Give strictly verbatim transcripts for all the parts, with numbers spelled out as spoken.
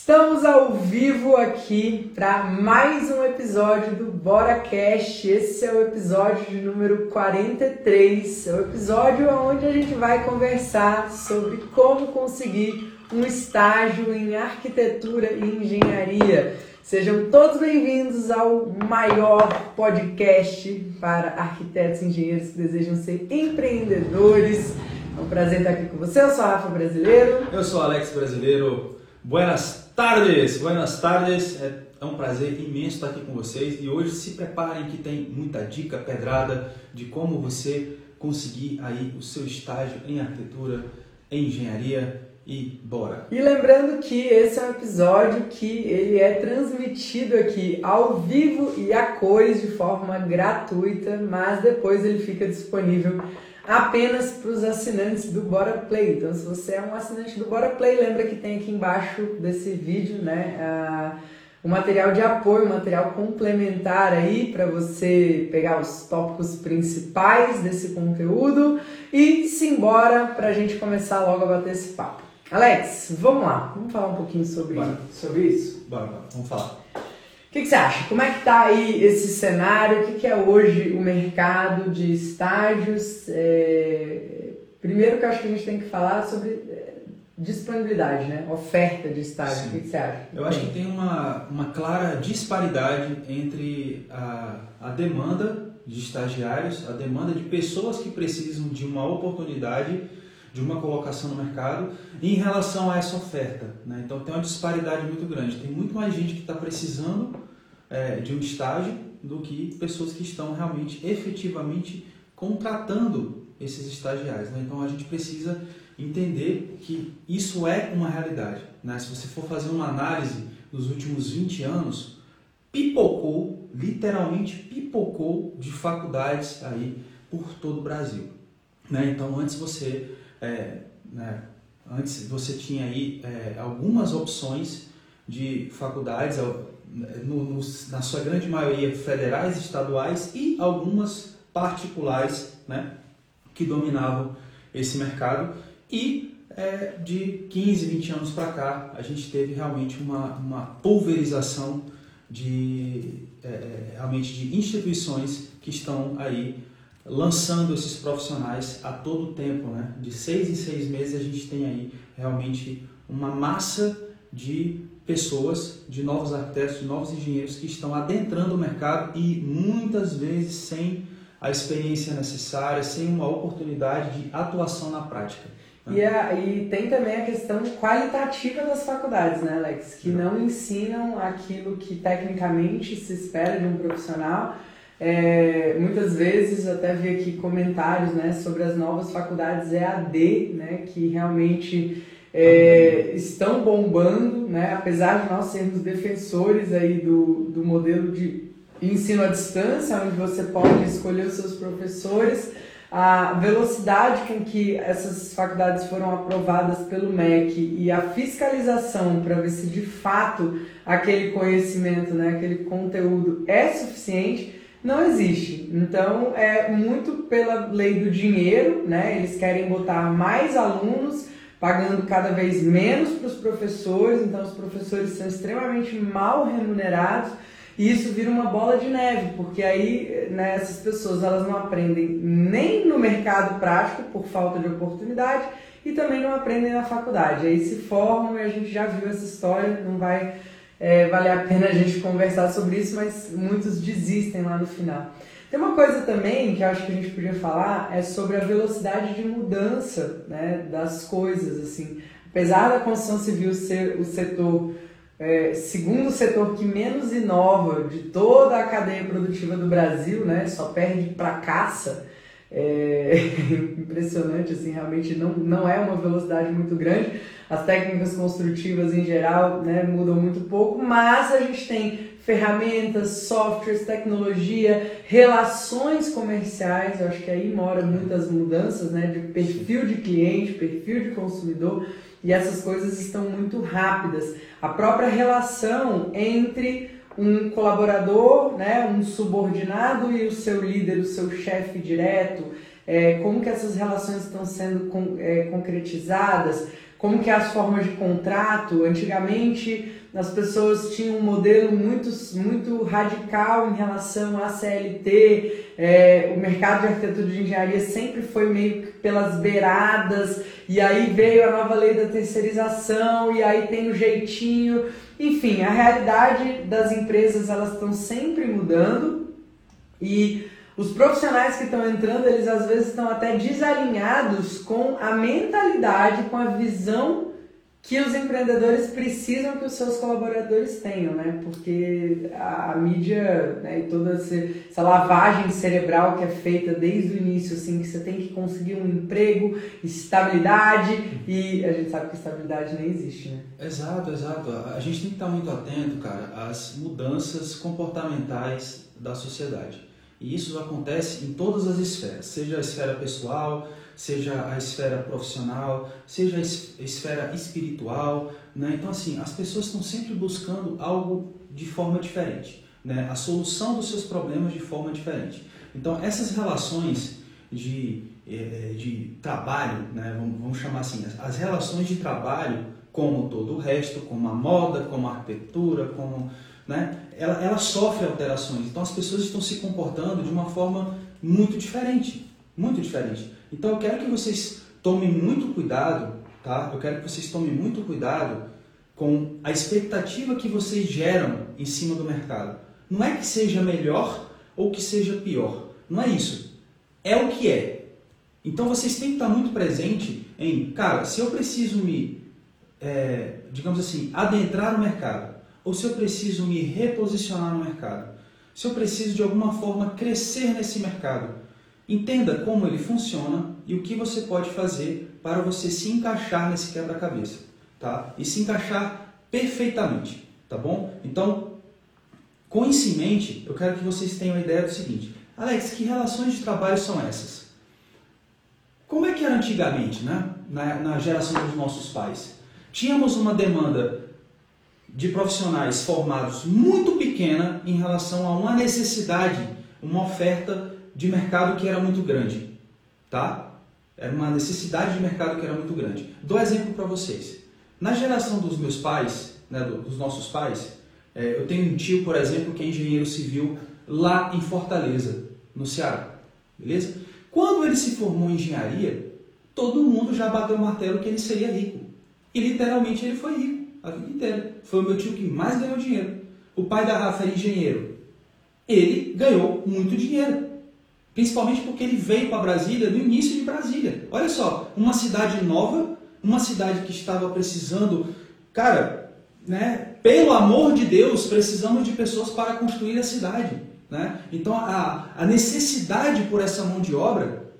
Estamos ao vivo aqui para mais um episódio do BoraCast. Esse é o episódio de número quarenta e três. É o episódio onde a gente vai conversar sobre como conseguir um estágio em arquitetura e engenharia. Sejam todos bem-vindos ao maior podcast para arquitetos e engenheiros que desejam ser empreendedores. É um prazer estar aqui com você. Eu sou a Rafa Brasileiro. Eu sou o Alex Brasileiro. Buenas tardes, buenas tardes. É um prazer imenso estar aqui com vocês e hoje se preparem que tem muita dica pedrada de como você conseguir aí o seu estágio em arquitetura, em engenharia e bora. E lembrando que esse é um episódio que ele é transmitido aqui ao vivo e a cores de forma gratuita, mas depois ele fica disponível apenas para os assinantes do BoraPlay. Então, se você é um assinante do BoraPlay, lembra que tem aqui embaixo desse vídeo, né, a, o material de apoio, o material complementar aí para você pegar os tópicos principais desse conteúdo e simbora para a gente começar logo a bater esse papo. Alex, vamos lá, vamos falar um pouquinho sobre, sobre isso? Bora, bora, vamos falar. O que, que você acha? Como é que está aí esse cenário? O que, que é hoje o mercado de estágios? É... Primeiro que eu acho que a gente tem que falar sobre é, disponibilidade, né? Oferta de estágio. Sim. O que, que você acha? Eu acho que tem uma, uma clara disparidade entre a, a demanda de estagiários, a demanda de pessoas que precisam de uma oportunidade, de uma colocação no mercado, em relação a essa oferta, né? Então tem uma disparidade muito grande. Tem muito mais gente que está precisando é, de um estágio do que pessoas que estão realmente, efetivamente contratando esses estagiários, né? Então a gente precisa entender que isso é uma realidade, né? Se você for fazer uma análise dos últimos vinte anos, pipocou, literalmente pipocou de faculdades aí por todo o Brasil, né? Então antes você É, né, antes você tinha aí é, algumas opções de faculdades, no, no, na sua grande maioria federais, estaduais e algumas particulares, né, que dominavam esse mercado. E é, de quinze, vinte anos para cá a gente teve realmente uma, uma pulverização de, é, realmente de instituições que estão aí lançando esses profissionais a todo tempo, né? De seis em seis meses a gente tem aí realmente uma massa de pessoas, de novos arquitetos, de novos engenheiros que estão adentrando o mercado e muitas vezes sem a experiência necessária, sem uma oportunidade de atuação na prática. Né? E, a, e tem também a questão qualitativa das faculdades, né, Alex? Que não ensinam aquilo que tecnicamente se espera de um profissional. É, muitas vezes até vi aqui comentários, né, sobre as novas faculdades E A D, né, que realmente é, estão bombando, né, apesar de nós sermos defensores aí do, do modelo de ensino à distância, onde você pode escolher os seus professores. A velocidade com que essas faculdades foram aprovadas pelo M E C e a fiscalização para ver se de fato aquele conhecimento, né, aquele conteúdo é suficiente, não existe. Então é muito pela lei do dinheiro, né? Eles querem botar mais alunos, pagando cada vez menos para os professores, então os professores são extremamente mal remunerados e isso vira uma bola de neve, porque aí, né, essas pessoas elas não aprendem nem no mercado prático por falta de oportunidade e também não aprendem na faculdade. Aí se formam e a gente já viu essa história, não vai É, vale a pena a gente conversar sobre isso, mas muitos desistem lá no final. Tem uma coisa também que eu acho que a gente podia falar, é sobre a velocidade de mudança, né, das coisas, assim. Apesar da construção civil ser o setor, é, segundo setor que menos inova de toda a cadeia produtiva do Brasil, né, só perde para caça, é impressionante, assim, realmente não, não é uma velocidade muito grande. As técnicas construtivas em geral, né, mudam muito pouco, mas a gente tem ferramentas, softwares, tecnologia, relações comerciais. Eu acho que aí moram muitas mudanças, né, de perfil de cliente, perfil de consumidor, e essas coisas estão muito rápidas. A própria relação entre um colaborador, né, um subordinado e o seu líder, o seu chefe direto, é, como que essas relações estão sendo con- é, concretizadas, como que é as formas de contrato. Antigamente as pessoas tinham um modelo muito, muito radical em relação à C L T, é, o mercado de arquitetura e de engenharia sempre foi meio que pelas beiradas, e aí veio a nova lei da terceirização, e aí tem o jeitinho, enfim, a realidade das empresas elas estão sempre mudando, e os profissionais que estão entrando, eles às vezes estão até desalinhados com a mentalidade, com a visão que os empreendedores precisam que os seus colaboradores tenham, né? Porque a, a mídia, né, e toda essa, essa lavagem cerebral que é feita desde o início, assim, que você tem que conseguir um emprego, estabilidade, e a gente sabe que estabilidade nem existe, né? Exato, exato. A gente tem que estar muito atento, cara, às mudanças comportamentais da sociedade. E isso acontece em todas as esferas, seja a esfera pessoal, seja a esfera profissional, seja a esfera espiritual, né? Então, assim, as pessoas estão sempre buscando algo de forma diferente, né? A solução dos seus problemas de forma diferente. Então, essas relações de, de trabalho, né? vamos, vamos chamar assim, as relações de trabalho, como todo o resto, como a moda, como a arquitetura, como, né? ela, ela sofre alterações. Então, as pessoas estão se comportando de uma forma muito diferente, muito diferente. Então eu quero que vocês tomem muito cuidado, tá? Eu quero que vocês tomem muito cuidado com a expectativa que vocês geram em cima do mercado. Não é que seja melhor ou que seja pior. Não é isso. É o que é. Então vocês têm que estar muito presente em, cara, se eu preciso me, é, digamos assim, adentrar no mercado, ou se eu preciso me reposicionar no mercado, se eu preciso de alguma forma crescer nesse mercado, entenda como ele funciona e o que você pode fazer para você se encaixar nesse quebra-cabeça, tá? E se encaixar perfeitamente, tá bom? Então, com isso em mente, eu quero que vocês tenham a ideia do seguinte: Alex, que relações de trabalho são essas? Como é que era antigamente, né? Na, na geração dos nossos pais? Tínhamos uma demanda de profissionais formados muito pequena em relação a uma necessidade, uma oferta de mercado que era muito grande, tá? Era uma necessidade de mercado que era muito grande. Dou exemplo para vocês. Na geração dos meus pais, né, dos nossos pais, é, eu tenho um tio, por exemplo, que é engenheiro civil lá em Fortaleza, no Ceará, beleza? Quando ele se formou em engenharia, todo mundo já bateu o martelo que ele seria rico. E literalmente ele foi rico a vida inteira. Foi o meu tio que mais ganhou dinheiro. O pai da Rafa era engenheiro. Ele ganhou muito dinheiro. Principalmente porque ele veio para Brasília no início de Brasília. Olha só, uma cidade nova, uma cidade que estava precisando, cara, né, pelo amor de Deus, precisamos de pessoas para construir a cidade, né? Então a, a necessidade por essa mão de obra,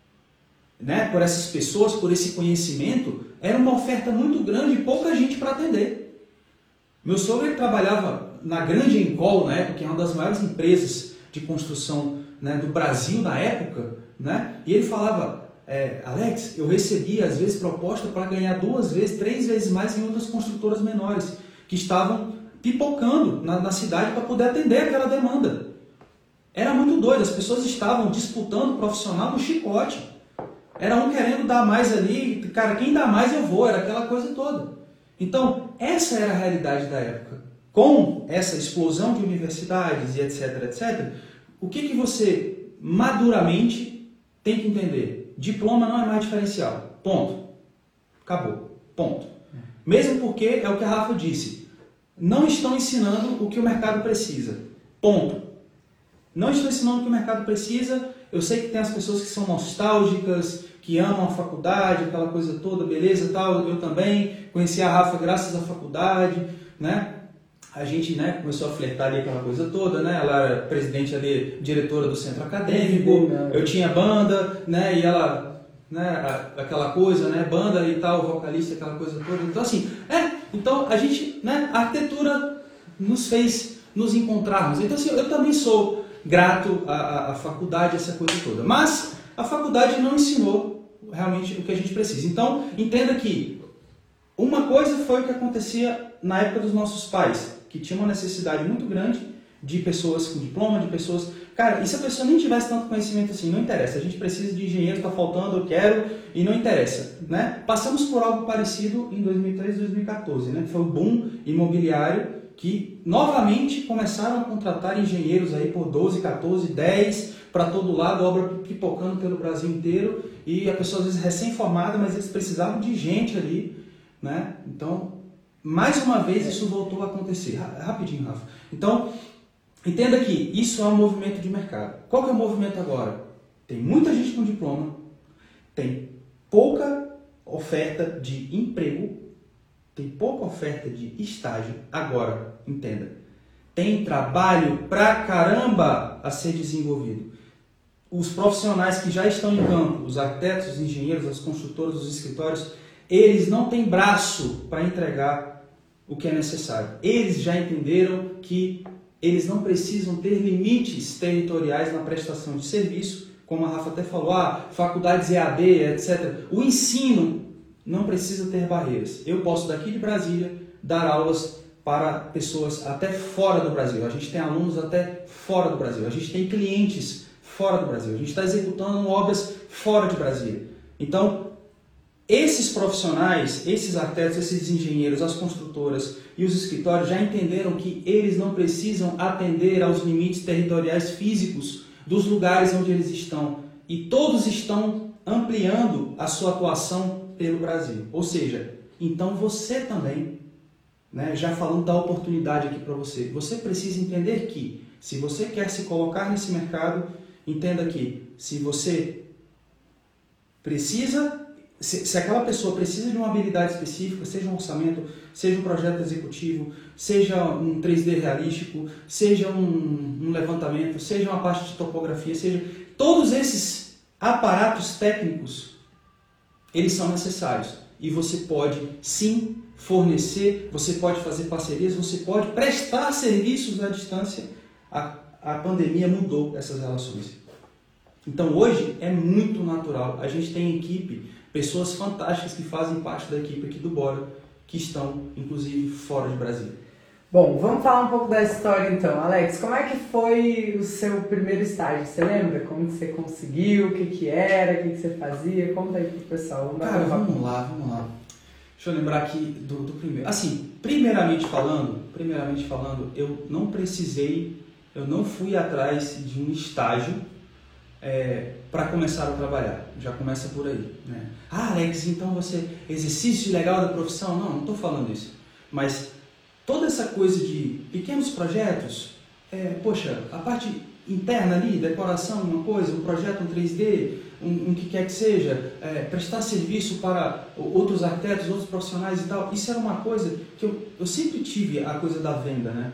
né, por essas pessoas, por esse conhecimento, era uma oferta muito grande e pouca gente para atender. Meu sogro ele trabalhava na Grande Encol, na época, que é uma das maiores empresas de construção, né, do Brasil na época, né? E ele falava, é, Alex, eu recebia às vezes proposta para ganhar duas vezes, três vezes mais em outras construtoras menores, que estavam pipocando na, na cidade para poder atender aquela demanda. Era muito doido, as pessoas estavam disputando o profissional no chicote. Era um querendo dar mais ali, cara, quem dá mais eu vou, era aquela coisa toda. Então, essa era a realidade da época. Com essa explosão de universidades e etc, etcétera, o que, que você maduramente tem que entender? Diploma não é mais diferencial. Ponto. Acabou. Ponto. Mesmo porque é o que a Rafa disse. Não estão ensinando o que o mercado precisa. Ponto. Não estão ensinando o que o mercado precisa. Eu sei que tem as pessoas que são nostálgicas, que amam a faculdade, aquela coisa toda, beleza, tal. Eu também conheci a Rafa graças à faculdade, né? A gente, né, começou a flertar ali aquela coisa toda, né? Ela era presidente ali, diretora do centro acadêmico, eu tinha banda, né? E ela, né, aquela coisa, né? Banda e tal, vocalista, aquela coisa toda. Então, assim, é, então a gente, né? A arquitetura nos fez nos encontrarmos. Então, assim, eu também sou grato à, à, à faculdade, essa coisa toda. Mas a faculdade não ensinou realmente o que a gente precisa. Então, entenda que uma coisa foi o que acontecia na época dos nossos pais, que tinha uma necessidade muito grande de pessoas com diploma, de pessoas Cara, e se a pessoa nem tivesse tanto conhecimento assim? Não interessa, a gente precisa de engenheiro, está faltando, eu quero, e não interessa, né? Passamos por algo parecido em dois mil e treze, dois mil e quatorze, né? Foi o boom imobiliário que novamente começaram a contratar engenheiros aí por doze, quatorze, dez, para todo lado, obra pipocando pelo Brasil inteiro, e a pessoa às vezes recém-formada, mas eles precisavam de gente ali, né? Então, mais uma vez isso voltou a acontecer. Rapidinho, Rafa. Então, entenda que isso é um movimento de mercado. Qual que é o movimento agora? Tem muita gente com diploma, tem pouca oferta de emprego, tem pouca oferta de estágio. Agora, entenda, tem trabalho pra caramba a ser desenvolvido. Os profissionais que já estão em campo, os arquitetos, os engenheiros, as construtoras, os escritórios, eles não têm braço para entregar o que é necessário. Eles já entenderam que eles não precisam ter limites territoriais na prestação de serviço, como a Rafa até falou, ah, faculdades E A D, etcétera. O ensino não precisa ter barreiras. Eu posso daqui de Brasília dar aulas para pessoas até fora do Brasil. A gente tem alunos até fora do Brasil. A gente tem clientes fora do Brasil. A gente está executando obras fora de Brasília. Então, esses profissionais, esses arquitetos, esses engenheiros, as construtoras e os escritórios já entenderam que eles não precisam atender aos limites territoriais físicos dos lugares onde eles estão. E todos estão ampliando a sua atuação pelo Brasil. Ou seja, então você também, né, já falando da oportunidade aqui para você, você precisa entender que se você quer se colocar nesse mercado, entenda que se você precisa... Se, se aquela pessoa precisa de uma habilidade específica, seja um orçamento, seja um projeto executivo, seja um três D realístico, seja um, um levantamento, seja uma parte de topografia, seja... Todos esses aparatos técnicos, eles são necessários. E você pode, sim, fornecer, você pode fazer parcerias, você pode prestar serviços à distância. A, a pandemia mudou essas relações. Então, hoje, é muito natural. A gente tem equipe... Pessoas fantásticas que fazem parte da equipe aqui do Bora, que estão, inclusive, fora de Brasília. Bom, vamos falar um pouco da história então. Alex, como é que foi o seu primeiro estágio? Você lembra? Como que você conseguiu? O que que era? O que que você fazia? Conta aí pro pessoal. Vamos Cara, vamos lá, vamos lá. Deixa eu lembrar aqui do, do primeiro. Assim, primeiramente falando, primeiramente falando, eu não precisei, eu não fui atrás de um estágio É, para começar a trabalhar, já começa por aí, né? Ah, Alex, então você, exercício legal da profissão? Não, não estou falando isso, mas toda essa coisa de pequenos projetos, é, poxa, a parte interna ali, decoração, uma coisa, um projeto, um três D, um, um que quer que seja, é, prestar serviço para outros arquitetos, outros profissionais e tal, isso era uma coisa que eu, eu sempre tive, a coisa da venda, né?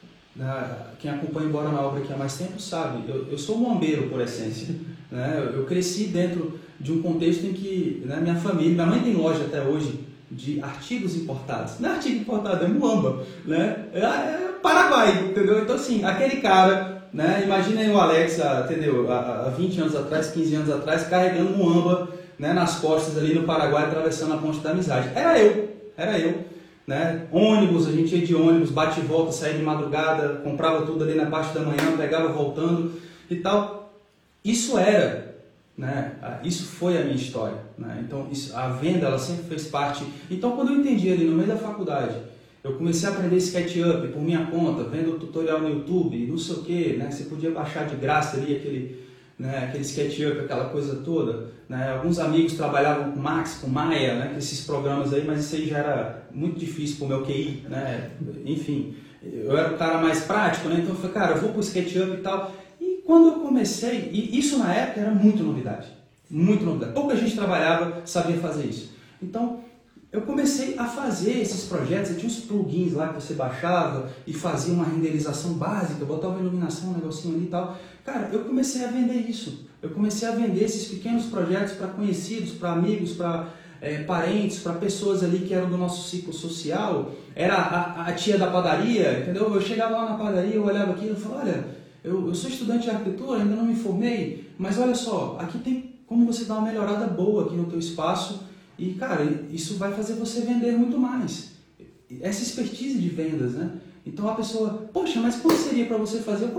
Quem acompanha Bora na Obra aqui há mais tempo sabe, eu, eu sou muambeiro por essência, né? eu, eu cresci dentro de um contexto em que, né, minha família, minha mãe tem loja até hoje de artigos importados, não é artigo importado, é muamba, né? é, é Paraguai, entendeu? Então assim, aquele cara, né, imagina aí o Alex, entendeu? Há, há vinte anos atrás, quinze anos atrás, carregando muamba, né, nas costas ali no Paraguai, atravessando a ponte da amizade, era eu, era eu. Né? Ônibus, a gente ia de ônibus, bate e volta, saía de madrugada, comprava tudo ali na parte da manhã, pegava voltando e tal. Isso era, né? Isso foi a minha história, né? Então isso, a venda ela sempre fez parte. Então quando eu entendi ali no meio da faculdade, eu comecei a aprender SketchUp por minha conta, vendo tutorial no YouTube, não sei o que, né? Você podia baixar de graça ali aquele, né, aquele SketchUp, aquela coisa toda, né? Alguns amigos trabalhavam com Max, com Maya, né, com esses programas aí, mas isso aí já era muito difícil para o meu Q I, né? Enfim, eu era o cara mais prático, né? Então eu falei, cara, eu vou para o SketchUp e tal. E quando eu comecei, e isso na época era muito novidade, muito novidade. Pouca gente trabalhava, sabia fazer isso. Então eu comecei a fazer esses projetos, tinha uns plugins lá que você baixava e fazia uma renderização básica, botava uma iluminação, um negocinho ali e tal. Cara, eu comecei a vender isso. Eu comecei a vender esses pequenos projetos para conhecidos, para amigos, para é, parentes, para pessoas ali que eram do nosso ciclo social. Era a, a tia da padaria, entendeu? Eu chegava lá na padaria, eu olhava aquilo e falava, olha, eu, eu sou estudante de arquitetura, ainda não me formei, mas olha só, aqui tem como você dar uma melhorada boa aqui no teu espaço. E, cara, isso vai fazer você vender muito mais. Essa expertise de vendas, né? Então a pessoa, poxa, mas como seria para você fazer? Eu comprava baratinho.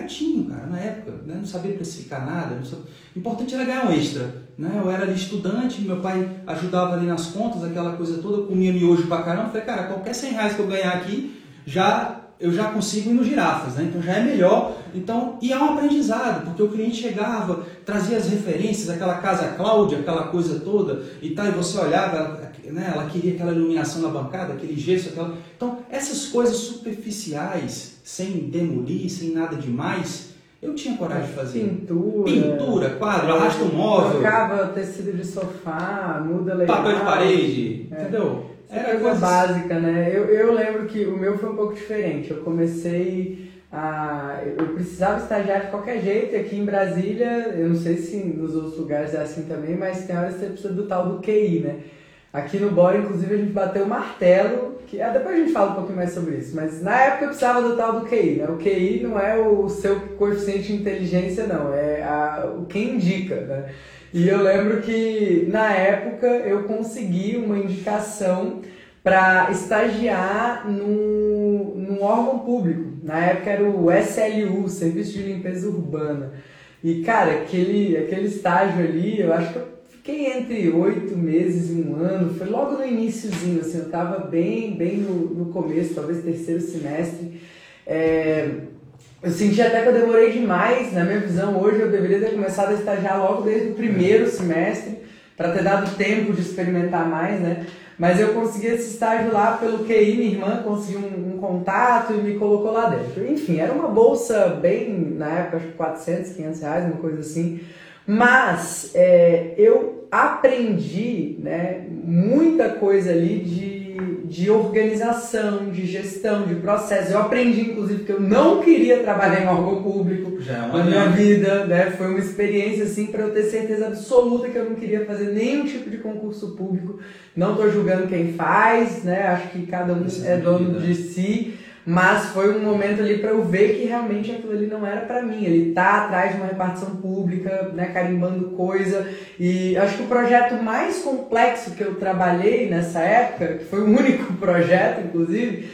gatinho, cara, na época, né? Não sabia precificar nada, não sabia... o importante era ganhar um extra, né? Eu era ali estudante, meu pai ajudava ali nas contas, aquela coisa toda, eu comia miojo pra caramba, falei, cara, qualquer cem reais que eu ganhar aqui, já, eu já consigo ir no Girafas, né? Então já é melhor, então, e é um aprendizado, porque o cliente chegava, trazia as referências, aquela casa Cláudia, aquela coisa toda, e tal, e você olhava, né? Ela queria aquela iluminação na bancada, aquele gesso, aquela... Então, essas coisas superficiais, sem demolir, sem nada demais, eu tinha coragem de fazer. Pintura. Pintura, quadro, arrasta um móvel. Trocava tecido de sofá, muda legal. Papel de parede, é. Entendeu? Era coisa coisas... básica, né? Eu, eu lembro que o meu foi um pouco diferente. Eu comecei a... Eu precisava estagiar de qualquer jeito. E aqui em Brasília, eu não sei se nos outros lugares é assim também, mas tem horas que você precisa do tal do Q I, né? Aqui no Bora, inclusive, a gente bateu o martelo, que ah, depois a gente fala um pouquinho mais sobre isso, mas na época eu precisava do tal do Q I, né? O Q I não é o seu coeficiente de inteligência, não, é a, o quem indica, né? E eu lembro que, na época, eu consegui uma indicação para estagiar num, num órgão público. Na época era o S L U, Serviço de Limpeza Urbana. E, cara, aquele, aquele estágio ali, eu acho que eu fiquei entre oito meses e um ano, foi logo no iniciozinho, assim, eu estava bem, bem no, no começo, talvez terceiro semestre. É, eu senti até que eu demorei demais, na minha visão, hoje eu deveria ter começado a estagiar logo desde o primeiro semestre, para ter dado tempo de experimentar mais, né? Mas eu consegui esse estágio lá pelo Q I, minha irmã conseguiu um, um contato e me colocou lá dentro. Enfim, era uma bolsa bem, na época, acho que quatrocentos, quinhentos reais, uma coisa assim. Mas é, eu aprendi, né, muita coisa ali de, de organização, de gestão, de processo. Eu aprendi, inclusive, que eu não queria trabalhar em órgão público Já na minha vida, né? Foi uma experiência assim para eu ter certeza absoluta que eu não queria fazer nenhum tipo de concurso público. Não estou julgando quem faz, né? Acho que cada um é dono de si. Mas foi um momento ali para eu ver que realmente aquilo ali não era para mim. Ele tá atrás de uma repartição pública, né, carimbando coisa. E acho que o projeto mais complexo que eu trabalhei nessa época, que foi o único projeto, inclusive,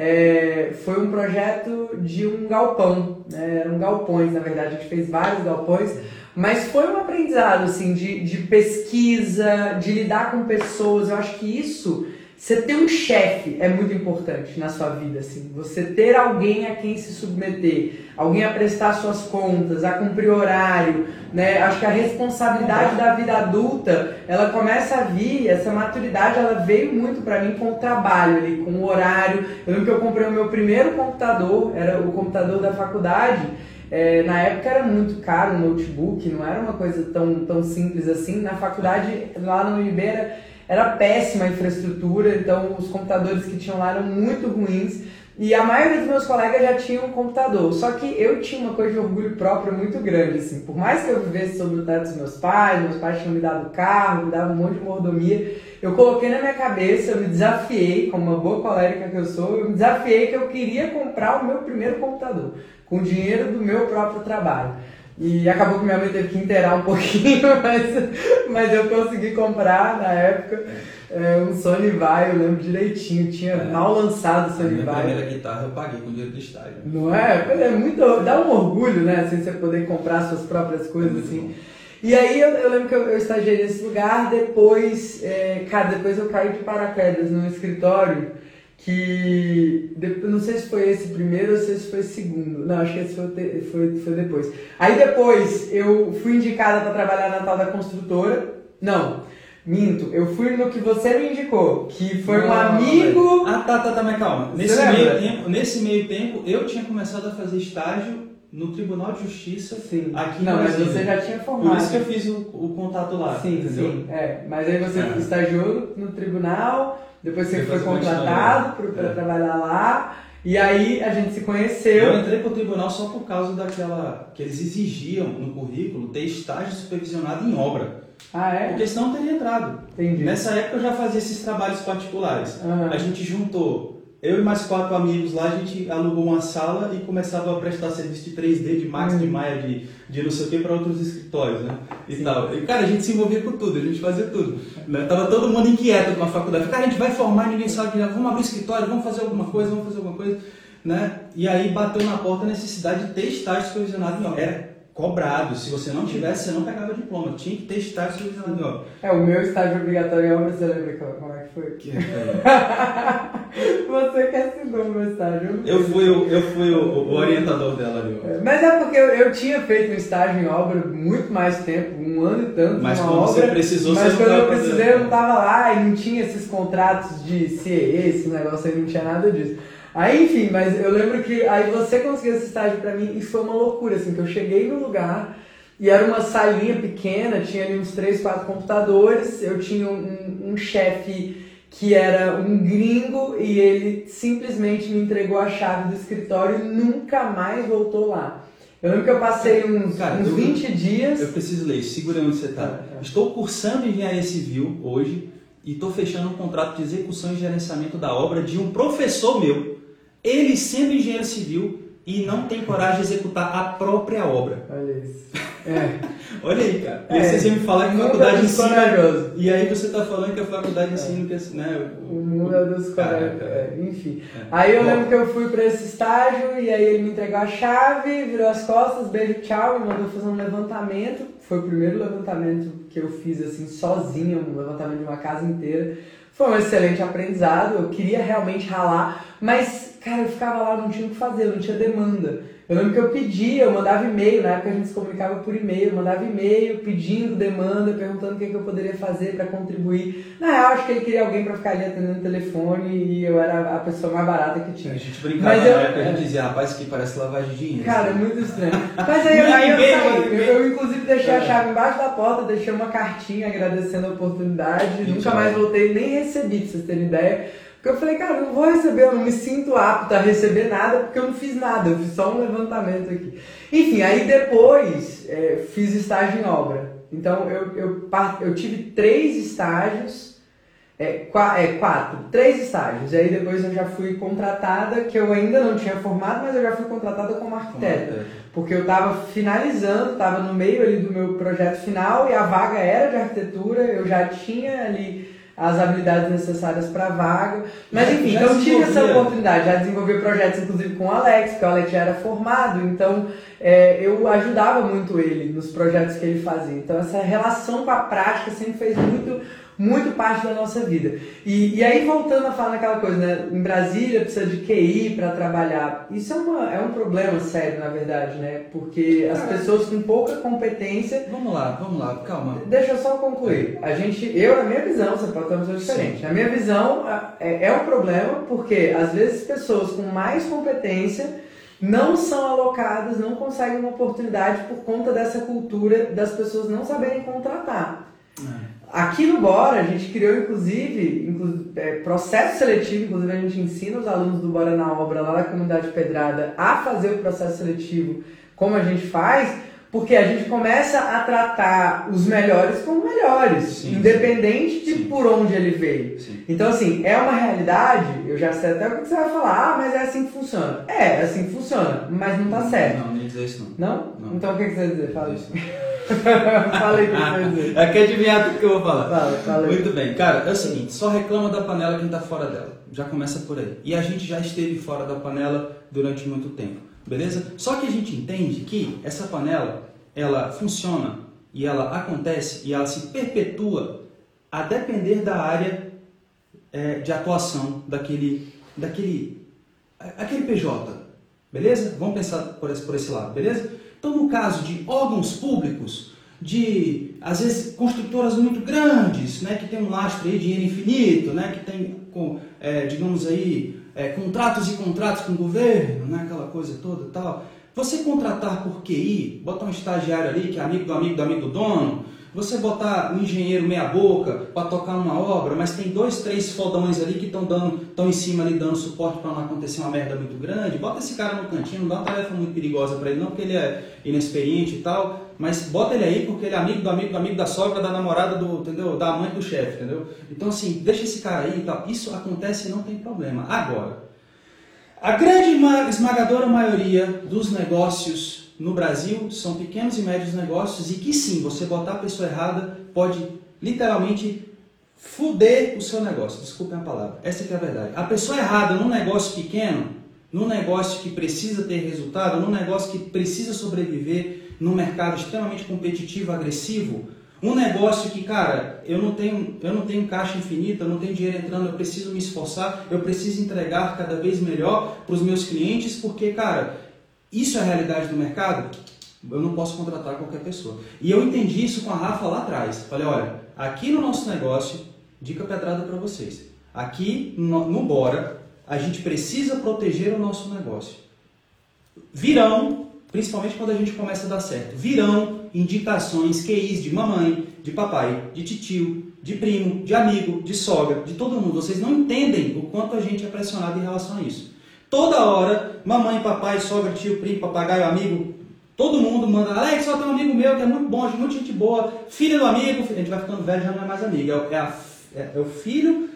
é, foi um projeto de um galpão. Né? Eram galpões, na verdade, a gente fez vários galpões. Mas foi um aprendizado assim, de, de pesquisa, de lidar com pessoas. Eu acho que isso... Você ter um chefe é muito importante na sua vida, assim. Você ter alguém a quem se submeter, alguém a prestar suas contas, a cumprir horário, né? Acho que a responsabilidade da vida adulta, ela começa a vir, essa maturidade, ela veio muito pra mim com o trabalho ali, com o horário. Eu lembro que eu comprei o meu primeiro computador, era o computador da faculdade. É, na época era muito caro, um notebook, não era uma coisa tão, tão simples assim. Na faculdade, lá no U N B, era... Era péssima a infraestrutura, então os computadores que tinham lá eram muito ruins e a maioria dos meus colegas já tinham um computador. Só que eu tinha uma coisa de orgulho próprio muito grande, assim. Por mais que eu vivesse sob o teto dos meus pais, meus pais tinham me dado carro, me davam um monte de mordomia, eu coloquei na minha cabeça, eu me desafiei, como uma boa colérica que eu sou, eu me desafiei que eu queria comprar o meu primeiro computador, com o dinheiro do meu próprio trabalho. E acabou que minha mãe teve que inteirar um pouquinho, mas, mas eu consegui comprar na época é, um Sony Vai, eu lembro direitinho, tinha é. mal lançado o Sony Vai. A minha primeira guitarra eu paguei com dinheiro do estágio. Não é? É muito, dá um orgulho, né, assim, você poder comprar suas próprias coisas, é assim. Bom. E aí eu, eu lembro que eu, eu estagiei nesse lugar, depois, é, cara, depois eu caí de paraquedas no escritório, que não sei se foi esse primeiro ou se esse foi esse segundo, não, acho que esse foi, foi, foi depois. Aí depois eu fui indicada para trabalhar na tal da construtora, não, minto, eu fui no que você me indicou, que foi não, um amigo... Ah, tá, tá, tá, mas calma, nesse meio, tempo, nesse meio tempo eu tinha começado a fazer estágio no Tribunal de Justiça. Sim. Aqui não, no mas Brasil. Você já tinha formado. Por isso que eu fiz o, o contato lá, sim, entendeu? Sim, é, mas aí você é. estagiou no tribunal... Depois você Depois foi contratado para é. trabalhar lá, e aí a gente se conheceu. Eu entrei para o tribunal só por causa daquela... que eles exigiam no currículo ter estágio supervisionado em obra. Ah, é? Porque senão eu teria entrado. Entendi. Nessa época eu já fazia esses trabalhos particulares. Uhum. A gente juntou, eu e mais quatro amigos lá, a gente alugou uma sala e começava a prestar serviço de três D, de Max, uhum. de Maya, de, de não sei o que, para outros escritórios, né? E tal. E, cara, a gente se envolvia com tudo, a gente fazia tudo. Né? Tava todo mundo inquieto com a faculdade. Cara, a gente vai formar, ninguém sabe, vamos abrir escritório, vamos fazer alguma coisa, vamos fazer alguma coisa. né? E aí bateu na porta a necessidade de ter estágio supervisionado em obra. Era cobrado. Se você não tivesse, você não pegava diploma. Tinha que ter estágio supervisionado em obra. É, o meu estágio obrigatório em obra, você lembra como é que foi? Que é. Você que assinou o meu estágio. Eu fui, eu, eu fui o, o orientador dela ali. É, mas é porque eu, eu tinha feito um estágio em obra muito mais tempo, um ano e tanto. Mas uma quando obra, você precisou, mas você quando não eu tava precisei, fazendo. eu não tava lá e não tinha esses contratos de C E E, esse negócio aí, não tinha nada disso. Aí, enfim, mas eu lembro que aí você conseguiu esse estágio pra mim e foi uma loucura, assim, que eu cheguei no lugar e era uma salinha pequena, tinha ali uns três, quatro computadores, eu tinha um, um chefe que era um gringo e ele simplesmente me entregou a chave do escritório e nunca mais voltou lá. Eu lembro que eu passei uns, Cara, uns eu, vinte dias... Eu preciso ler, segura onde você está. É, é. Estou cursando Engenharia Civil hoje e estou fechando um contrato de execução e gerenciamento da obra de um professor meu. Ele sendo engenheiro civil e não tem coragem de executar a própria obra. Olha isso. É. Olha aí, cara. E É, aí você me fala que a o faculdade mundo é dos ensina... corajosos. E aí você está falando que a faculdade ensina que... Né, O mundo é dos cara, corajosos. cara. É, enfim. É. Aí eu Bom. lembro que eu fui pra esse estágio e aí ele me entregou a chave, virou as costas, beijo, tchau, me mandou fazer um levantamento. Foi o primeiro levantamento que eu fiz assim sozinho, um levantamento de uma casa inteira. Foi um excelente aprendizado, eu queria realmente ralar, mas, cara, eu ficava lá, não tinha o que fazer, não tinha demanda. Eu lembro que eu pedia, eu mandava e-mail, na época a gente se comunicava por e-mail, eu mandava e-mail pedindo demanda, perguntando o que, que eu poderia fazer para contribuir. Na real, acho que ele queria alguém para ficar ali atendendo o telefone e eu era a pessoa mais barata que tinha. A gente brincava Mas na eu- época, a gente dizia, rapaz, isso aqui parece lavagem de dinheiro. Cara, é muito estranho. Mas aí, eu- aí eu Ninguém, saí. ninguém. Eu, eu, inclusive, deixei a É. chave embaixo da porta, deixei uma cartinha agradecendo a oportunidade. E Nunca tchau. mais voltei, nem recebi, pra vocês terem ideia. Porque eu falei, cara, eu não vou receber, eu não me sinto apto a receber nada, porque eu não fiz nada, eu fiz só um levantamento aqui. Enfim, aí depois é, fiz estágio em obra. Então eu, eu, par- eu tive três estágios, é, qua- é, quatro, três estágios. E aí depois eu já fui contratada, que eu ainda não tinha formado, mas eu já fui contratada como arquiteta. Porque eu estava finalizando, estava no meio ali do meu projeto final e a vaga era de arquitetura, eu já tinha ali as habilidades necessárias para a vaga. Mas Já- enfim, já então tive essa desenvolvia. oportunidade, já desenvolvi projetos inclusive com o Alex, porque o Alex já era formado, então é, eu ajudava muito ele nos projetos que ele fazia. Então essa relação com a prática sempre fez muito, muito parte da nossa vida. E, e aí voltando a falar naquela coisa, né? Em Brasília precisa de Q I para trabalhar. Isso é, uma, é um problema sério, na verdade, né? Porque as Cara, pessoas com pouca competência... Vamos lá, vamos lá, calma. Deixa eu só concluir. A gente, eu, na minha visão, você pode ter uma visão diferente. Na minha visão, é, é um problema porque, às vezes, pessoas com mais competência não são alocadas, não conseguem uma oportunidade por conta dessa cultura das pessoas não saberem contratar. É. Aqui no Bora, a gente criou, inclusive, inclu- é, processo seletivo, inclusive a gente ensina os alunos do Bora na Obra, lá da comunidade Pedrada, a fazer o processo seletivo como a gente faz, porque a gente começa a tratar os melhores como melhores, Sim, independente de sim. por onde ele veio. Sim. Então, assim, é uma realidade, eu já sei até o que você vai falar, ah, mas é assim que funciona. É, é assim que funciona, mas não tá certo. Não, nem dizer isso não. Não? Não. Então o que, que você vai dizer? Fala Isso. isso. Fala aí o que você vai dizer. É que adivinhar tudo que eu vou falar. Fala, fala aí. Muito bem, cara, é o seguinte, só reclama da panela quem tá fora dela. Já começa por aí. E a gente já esteve fora da panela durante muito tempo, beleza? Só que a gente entende que essa panela, ela funciona e ela acontece e ela se perpetua a depender da área é, de atuação daquele, daquele aquele P J, beleza? Vamos pensar por esse, por esse lado, beleza? Então, no caso de órgãos públicos, de, às vezes, construtoras muito grandes, né, que tem um lastro aí de dinheiro infinito, né, que tem, com, é, digamos aí, é, contratos e contratos com o governo, né, aquela coisa toda e tal. Você contratar por Q I, botar um estagiário ali que é amigo do amigo do amigo do dono, você botar um engenheiro meia boca para tocar uma obra, mas tem dois, três fodões ali que estão dando, estão em cima ali dando suporte para não acontecer uma merda muito grande, bota esse cara no cantinho, não dá uma tarefa muito perigosa para ele não, porque ele é inexperiente e tal, mas bota ele aí porque ele é amigo do amigo do amigo da sogra, da namorada, do, entendeu? Da mãe do chefe, entendeu? Então assim, deixa esse cara aí e tal, isso acontece e não tem problema. Agora, a grande esmagadora maioria dos negócios no Brasil são pequenos e médios negócios e que sim, você botar a pessoa errada pode literalmente fuder o seu negócio. Desculpem a palavra. Essa que é a verdade. A pessoa errada num negócio pequeno, num negócio que precisa ter resultado, num negócio que precisa sobreviver, num mercado extremamente competitivo, agressivo, um negócio que, cara, eu não tenho, eu não tenho caixa infinita, eu não tenho dinheiro entrando, eu preciso me esforçar, eu preciso entregar cada vez melhor para os meus clientes, porque, cara, isso é a realidade do mercado, eu não posso contratar qualquer pessoa. E eu entendi isso com a Rafa lá atrás. Falei, olha, aqui no nosso negócio, dica pedrada para vocês, aqui no, no Bora, a gente precisa proteger o nosso negócio. Virão, principalmente quando a gente começa a dar certo, virão indicações, Q Is de mamãe, de papai, de titio, de primo, de amigo, de sogra, de todo mundo. Vocês não entendem o quanto a gente é pressionado em relação a isso. Toda hora, mamãe, papai, sogra, tio, primo, papagaio, amigo, todo mundo manda, Alex, só tem um amigo meu que é muito bom, muita gente boa, filho do amigo, a gente vai ficando velho, já não é mais amigo, é, a, é, é o filho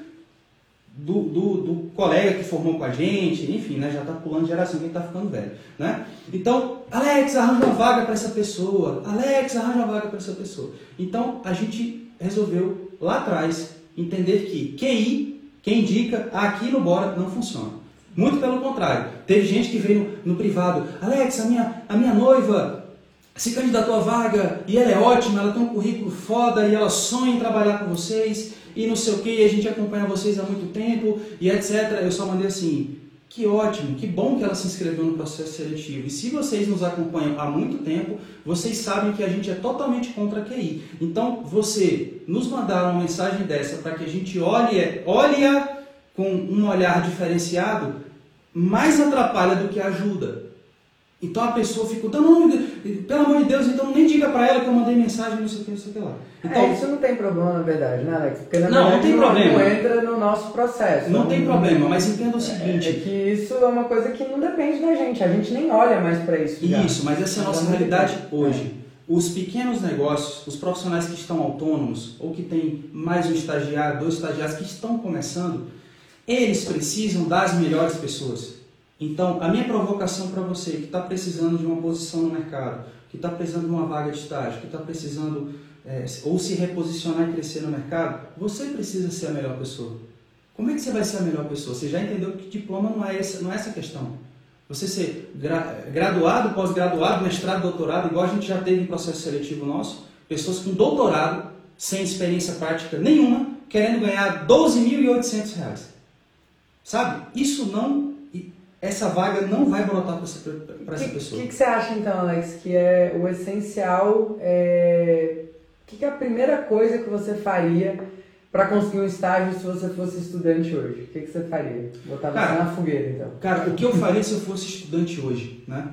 do, do, do colega que formou com a gente, enfim, né, já está pulando de geração, quem está ficando velho, né? Então, Alex, arranja uma vaga para essa pessoa, Alex, arranja uma vaga para essa pessoa. Então, a gente resolveu lá atrás entender que Q I, quem indica, aqui no Bora não funciona. Muito pelo contrário. Teve gente que veio no, no privado, Alex, a minha, a minha noiva se candidatou à vaga e ela é ótima, ela tem um currículo foda e ela sonha em trabalhar com vocês e não sei o que, a gente acompanha vocês há muito tempo e etcétera. Eu só mandei assim, que ótimo, que bom que ela se inscreveu no processo seletivo. E se vocês nos acompanham há muito tempo, vocês sabem que a gente é totalmente contra a Q I. Então, você nos mandar uma mensagem dessa para que a gente olhe, olhe-a com um olhar diferenciado, mais atrapalha do que ajuda. Então a pessoa fica, não, não, pelo amor de Deus, então nem diga para ela que eu mandei mensagem, não sei o que, não sei o que lá. Então, é, isso não tem problema na verdade, né, Alex? Porque na não, verdade não tem não, problema. Não entra no nosso processo. Não, não tem problema, mas é, entenda o seguinte. É, é que isso é uma coisa que não depende da gente, a gente nem olha mais para isso. Já. Isso, mas essa é a nossa então, realidade hoje. Os pequenos negócios, os profissionais que estão autônomos, ou que têm mais um estagiário, dois estagiários que estão começando, eles precisam das melhores pessoas. Então, a minha provocação para você que está precisando de uma posição no mercado, que está precisando de uma vaga de estágio, que está precisando é, ou se reposicionar e crescer no mercado, você precisa ser a melhor pessoa. Como é que você vai ser a melhor pessoa? Você já entendeu que diploma não é essa, não é essa questão. Você ser gra, graduado, pós-graduado, mestrado, doutorado, igual a gente já teve em processo seletivo nosso, pessoas com doutorado, sem experiência prática nenhuma, querendo ganhar doze mil e oitocentos reais. Sabe? Isso não... Essa vaga não vai brotar para essa, essa pessoa. O que, que você acha então, Alex, que é o essencial? É... O que, que é a primeira coisa que você faria para conseguir um estágio se você fosse estudante hoje? O que, que você faria? Botar você na fogueira, então. Cara, o que eu faria se eu fosse estudante hoje, né?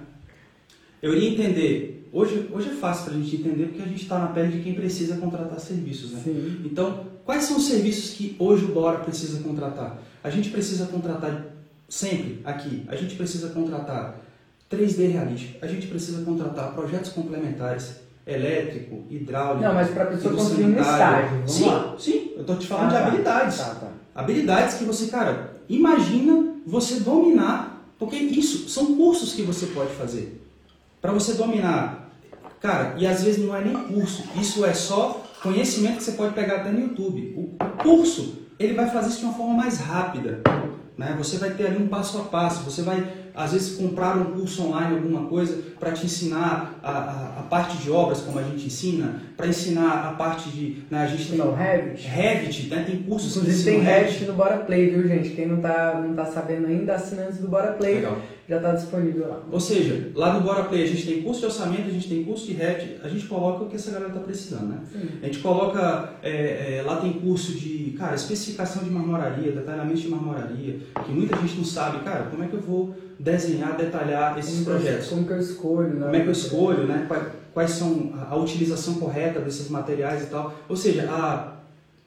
Eu iria entender. Hoje, hoje é fácil para a gente entender porque a gente está na pele de quem precisa contratar serviços, né? Sim. Então, quais são os serviços que hoje o Bora precisa contratar? A gente precisa contratar sempre aqui, a gente precisa contratar três D realístico, a gente precisa contratar projetos complementares, elétrico, hidráulico. Não, mas para a pessoa conseguir um estágio, vamos sim, lá. Sim, eu estou te falando ah, de tá. habilidades. Tá, tá. Habilidades que você, cara, imagina você dominar, porque isso são cursos que você pode fazer. Para você dominar, cara, e às vezes não é nem curso, isso é só conhecimento que você pode pegar até no YouTube. O curso, ele vai fazer isso de uma forma mais rápida. Né? Você vai ter ali um passo a passo, você vai às vezes comprar um curso online, alguma coisa, para te ensinar a, a, a parte de obras, como a gente ensina, para ensinar a parte de... Né, a gente tem não, Revit. Revit, né? Tem cursos Inclusive que tem ensinam Revit no Bora Play, viu, gente? Quem não tá, não tá sabendo ainda, assinantes do Bora Play. Legal. Já está disponível lá. Ou seja, lá no Bora Play a gente tem curso de orçamento, a gente tem curso de Revit, a gente coloca o que essa galera está precisando, né? Sim. A gente coloca, é, é, lá tem curso de, cara, especificação de marmoraria, detalhamento de marmoraria, que muita gente não sabe, cara, como é que eu vou desenhar, detalhar esses como projetos? Como que eu escolho, né? Como é que eu escolho, né? Quais são a, a utilização correta desses materiais e tal. Ou seja, a...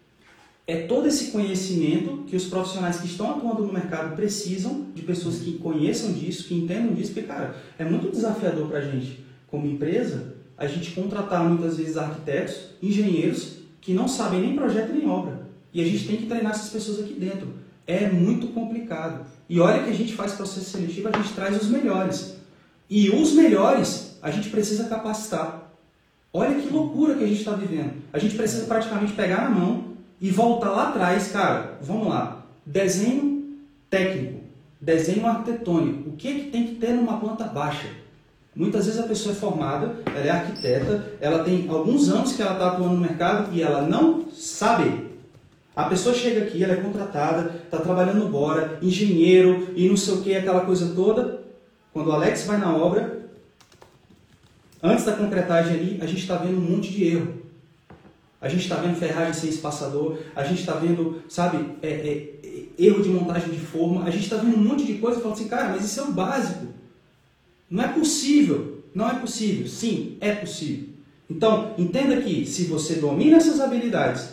é todo esse conhecimento que os profissionais que estão atuando no mercado precisam de pessoas que conheçam disso, que entendam disso, porque, cara, é muito desafiador para a gente, como empresa, a gente contratar muitas vezes arquitetos, engenheiros, que não sabem nem projeto nem obra. E a gente tem que treinar essas pessoas aqui dentro. É muito complicado. E olha que a gente faz processo seletivo, a gente traz os melhores. E os melhores, a gente precisa capacitar. Olha que loucura que a gente está vivendo. A gente precisa praticamente pegar na mão e voltar lá atrás, cara, vamos lá, desenho técnico, desenho arquitetônico. O que, é que tem que ter numa planta baixa? Muitas vezes a pessoa é formada, ela é arquiteta, ela tem alguns anos que ela está atuando no mercado e ela não sabe. A pessoa chega aqui, ela é contratada, está trabalhando no Bora, engenheiro e não sei o que, aquela coisa toda. Quando o Alex vai na obra, antes da concretagem ali, a gente está vendo um monte de erro. A gente está vendo ferragem sem espaçador, a gente está vendo, sabe, é, é, erro de montagem de forma, a gente está vendo um monte de coisa e fala assim, cara, mas isso é o básico. Não é possível. Não é possível. Sim, é possível. Então, entenda que se você domina essas habilidades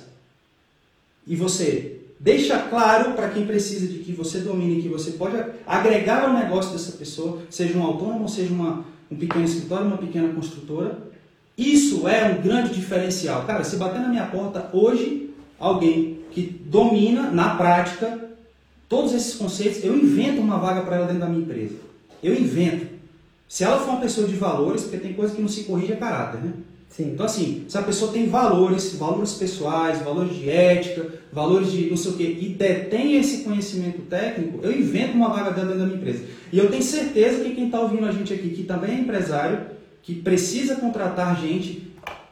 e você deixa claro para quem precisa de que você domine, que você pode agregar ao negócio dessa pessoa, seja um autônomo, seja uma, um pequeno escritório, uma pequena construtora, isso é um grande diferencial. Cara, se bater na minha porta hoje, alguém que domina na prática todos esses conceitos, eu invento uma vaga para ela dentro da minha empresa. Eu invento. Se ela for uma pessoa de valores, porque tem coisa que não se corrige é caráter, né? Sim. Então assim, se a pessoa tem valores, valores pessoais, valores de ética, valores de não sei o quê, e detém esse conhecimento técnico, eu invento uma vaga dentro da minha empresa. E eu tenho certeza que quem está ouvindo a gente aqui, que também é empresário, que precisa contratar gente,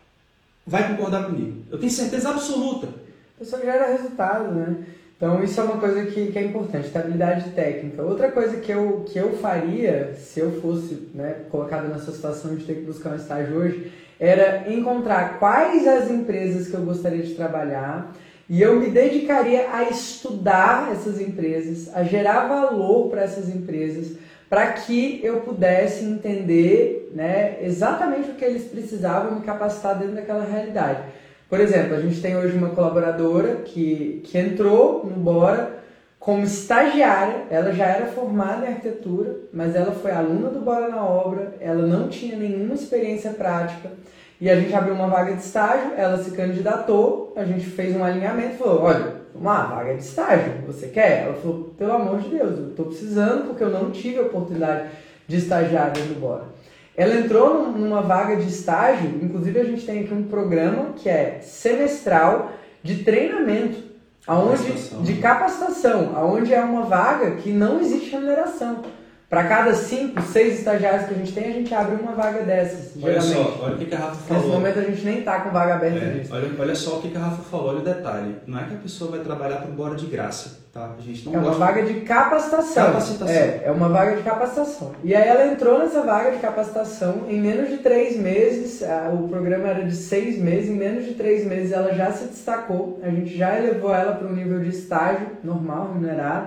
vai concordar comigo. Eu tenho certeza absoluta. A pessoa gera resultado, né? Então isso é uma coisa que, que é importante, estabilidade técnica. Outra coisa que eu, que eu faria, se eu fosse, né, colocado nessa situação de ter que buscar um estágio hoje, era encontrar quais as empresas que eu gostaria de trabalhar e eu me dedicaria a estudar essas empresas, a gerar valor para essas empresas, para que eu pudesse entender, né, exatamente o que eles precisavam e me capacitar dentro daquela realidade. Por exemplo, a gente tem hoje uma colaboradora que, que entrou no Bora como estagiária, ela já era formada em arquitetura, mas ela foi aluna do Bora na Obra, ela não tinha nenhuma experiência prática, e a gente abriu uma vaga de estágio, ela se candidatou, a gente fez um alinhamento e falou, olha, vamos lá, vaga de estágio, você quer? Ela falou, pelo amor de Deus, eu estou precisando porque eu não tive a oportunidade de estagiar dentro do Bora. Ela entrou numa vaga de estágio, inclusive a gente tem aqui um programa que é semestral de treinamento, aonde, de capacitação, onde é uma vaga que não existe remuneração. Para cada cinco, seis estagiários que a gente tem, a gente abre uma vaga dessas. Olha geralmente. só, olha o que a Rafa falou. Nesse momento a gente nem está com vaga aberta é, disso. olha, olha só o que a Rafa falou, olha o detalhe. Não é que a pessoa vai trabalhar para Bora de graça, tá? A gente não é uma gosta vaga de capacitação. capacitação. É, é uma vaga de capacitação. E aí ela entrou nessa vaga de capacitação em menos de três meses, o programa era de seis meses, em menos de três meses ela já se destacou, a gente já elevou ela para um nível de estágio normal, remunerado.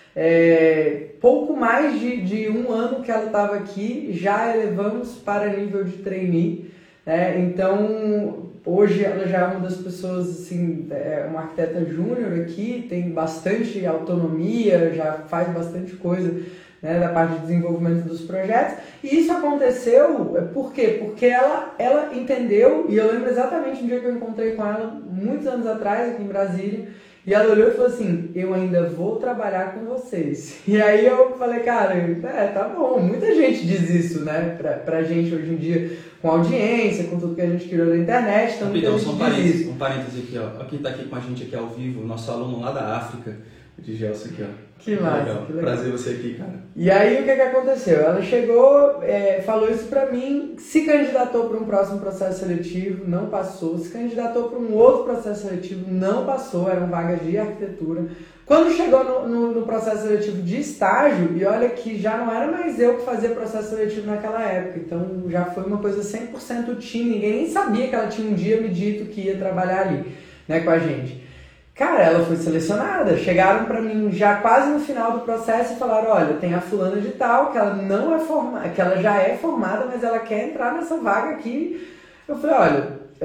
É, pouco mais de, de um ano que ela estava aqui, já elevamos para nível de trainee, né? Então hoje ela já é uma das pessoas, assim, é uma arquiteta júnior aqui, tem bastante autonomia, já faz bastante coisa, né, da parte de desenvolvimento dos projetos, e isso aconteceu, por quê? Porque ela, ela entendeu, e eu lembro exatamente um dia que eu encontrei com ela, muitos anos atrás, aqui em Brasília, e ela olhou e falou assim, eu ainda vou trabalhar com vocês. E aí eu falei, cara, é, tá bom, muita gente diz isso, né, pra, pra gente hoje em dia, com audiência, com tudo que a gente criou na internet, então Rapidão, muita só um gente diz parênteses, isso. um parênteses aqui, ó. Quem tá aqui com a gente aqui ao vivo, nosso aluno lá da África, de Gelson aqui, ó. Que massa, legal. que legal. Prazer você aqui, cara. E aí o que que aconteceu? Ela chegou, é, falou isso pra mim, se candidatou para um próximo processo seletivo, não passou, se candidatou para um outro processo seletivo, não passou, eram vagas de arquitetura. Quando chegou no, no, no processo seletivo de estágio, e olha que já não era mais eu que fazia processo seletivo naquela época, então já foi uma coisa cem por cento time, ninguém nem sabia que ela tinha um dia me dito que ia trabalhar ali, né, com a gente. Cara, ela foi selecionada, chegaram pra mim já quase no final do processo e falaram, olha, tem a fulana de tal, que ela não é formada, que ela já é formada, mas ela quer entrar nessa vaga aqui. Eu falei, olha,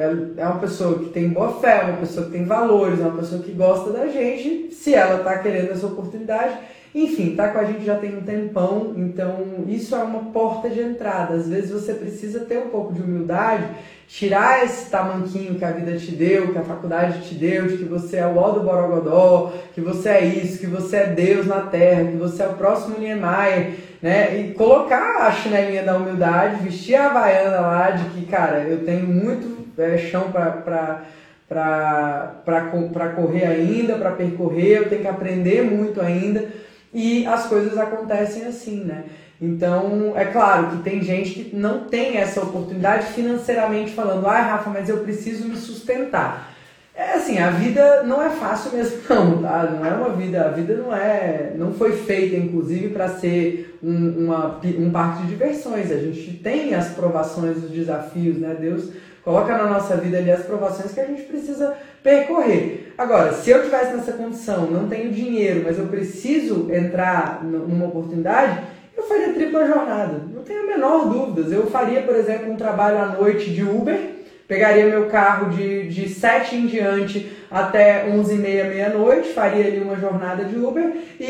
é uma pessoa que tem boa fé, uma pessoa que tem valores, uma pessoa que gosta da gente, se ela tá querendo essa oportunidade, enfim, tá com a gente já tem um tempão, então isso é uma porta de entrada. Às vezes você precisa ter um pouco de humildade, tirar esse tamanquinho que a vida te deu, que a faculdade te deu, de que você é o ó do Borogodó, que você é isso, que você é Deus na Terra, que você é o próximo Niemeyer, né? E colocar a chinelinha da humildade, vestir a havaiana lá de que, cara, eu tenho muito é, chão para para correr ainda, para percorrer, eu tenho que aprender muito ainda. e as coisas acontecem assim, né? Então, é claro que tem gente que não tem essa oportunidade financeiramente falando, ah, Rafa, mas eu preciso me sustentar. É assim, a vida não é fácil mesmo não, tá? Não é uma vida, a vida não é, não foi feita inclusive para ser um, uma, um parque de diversões. A gente tem as provações, os desafios, né? Deus coloca na nossa vida ali as provações que a gente precisa percorrer. Agora, se eu estivesse nessa condição, não tenho dinheiro, mas eu preciso entrar numa oportunidade, eu faria tripla jornada, não tenho a menor dúvida. Eu faria, por exemplo, um trabalho à noite de Uber, pegaria meu carro de, de sete em diante até onze e meia, meia-noite, faria ali uma jornada de Uber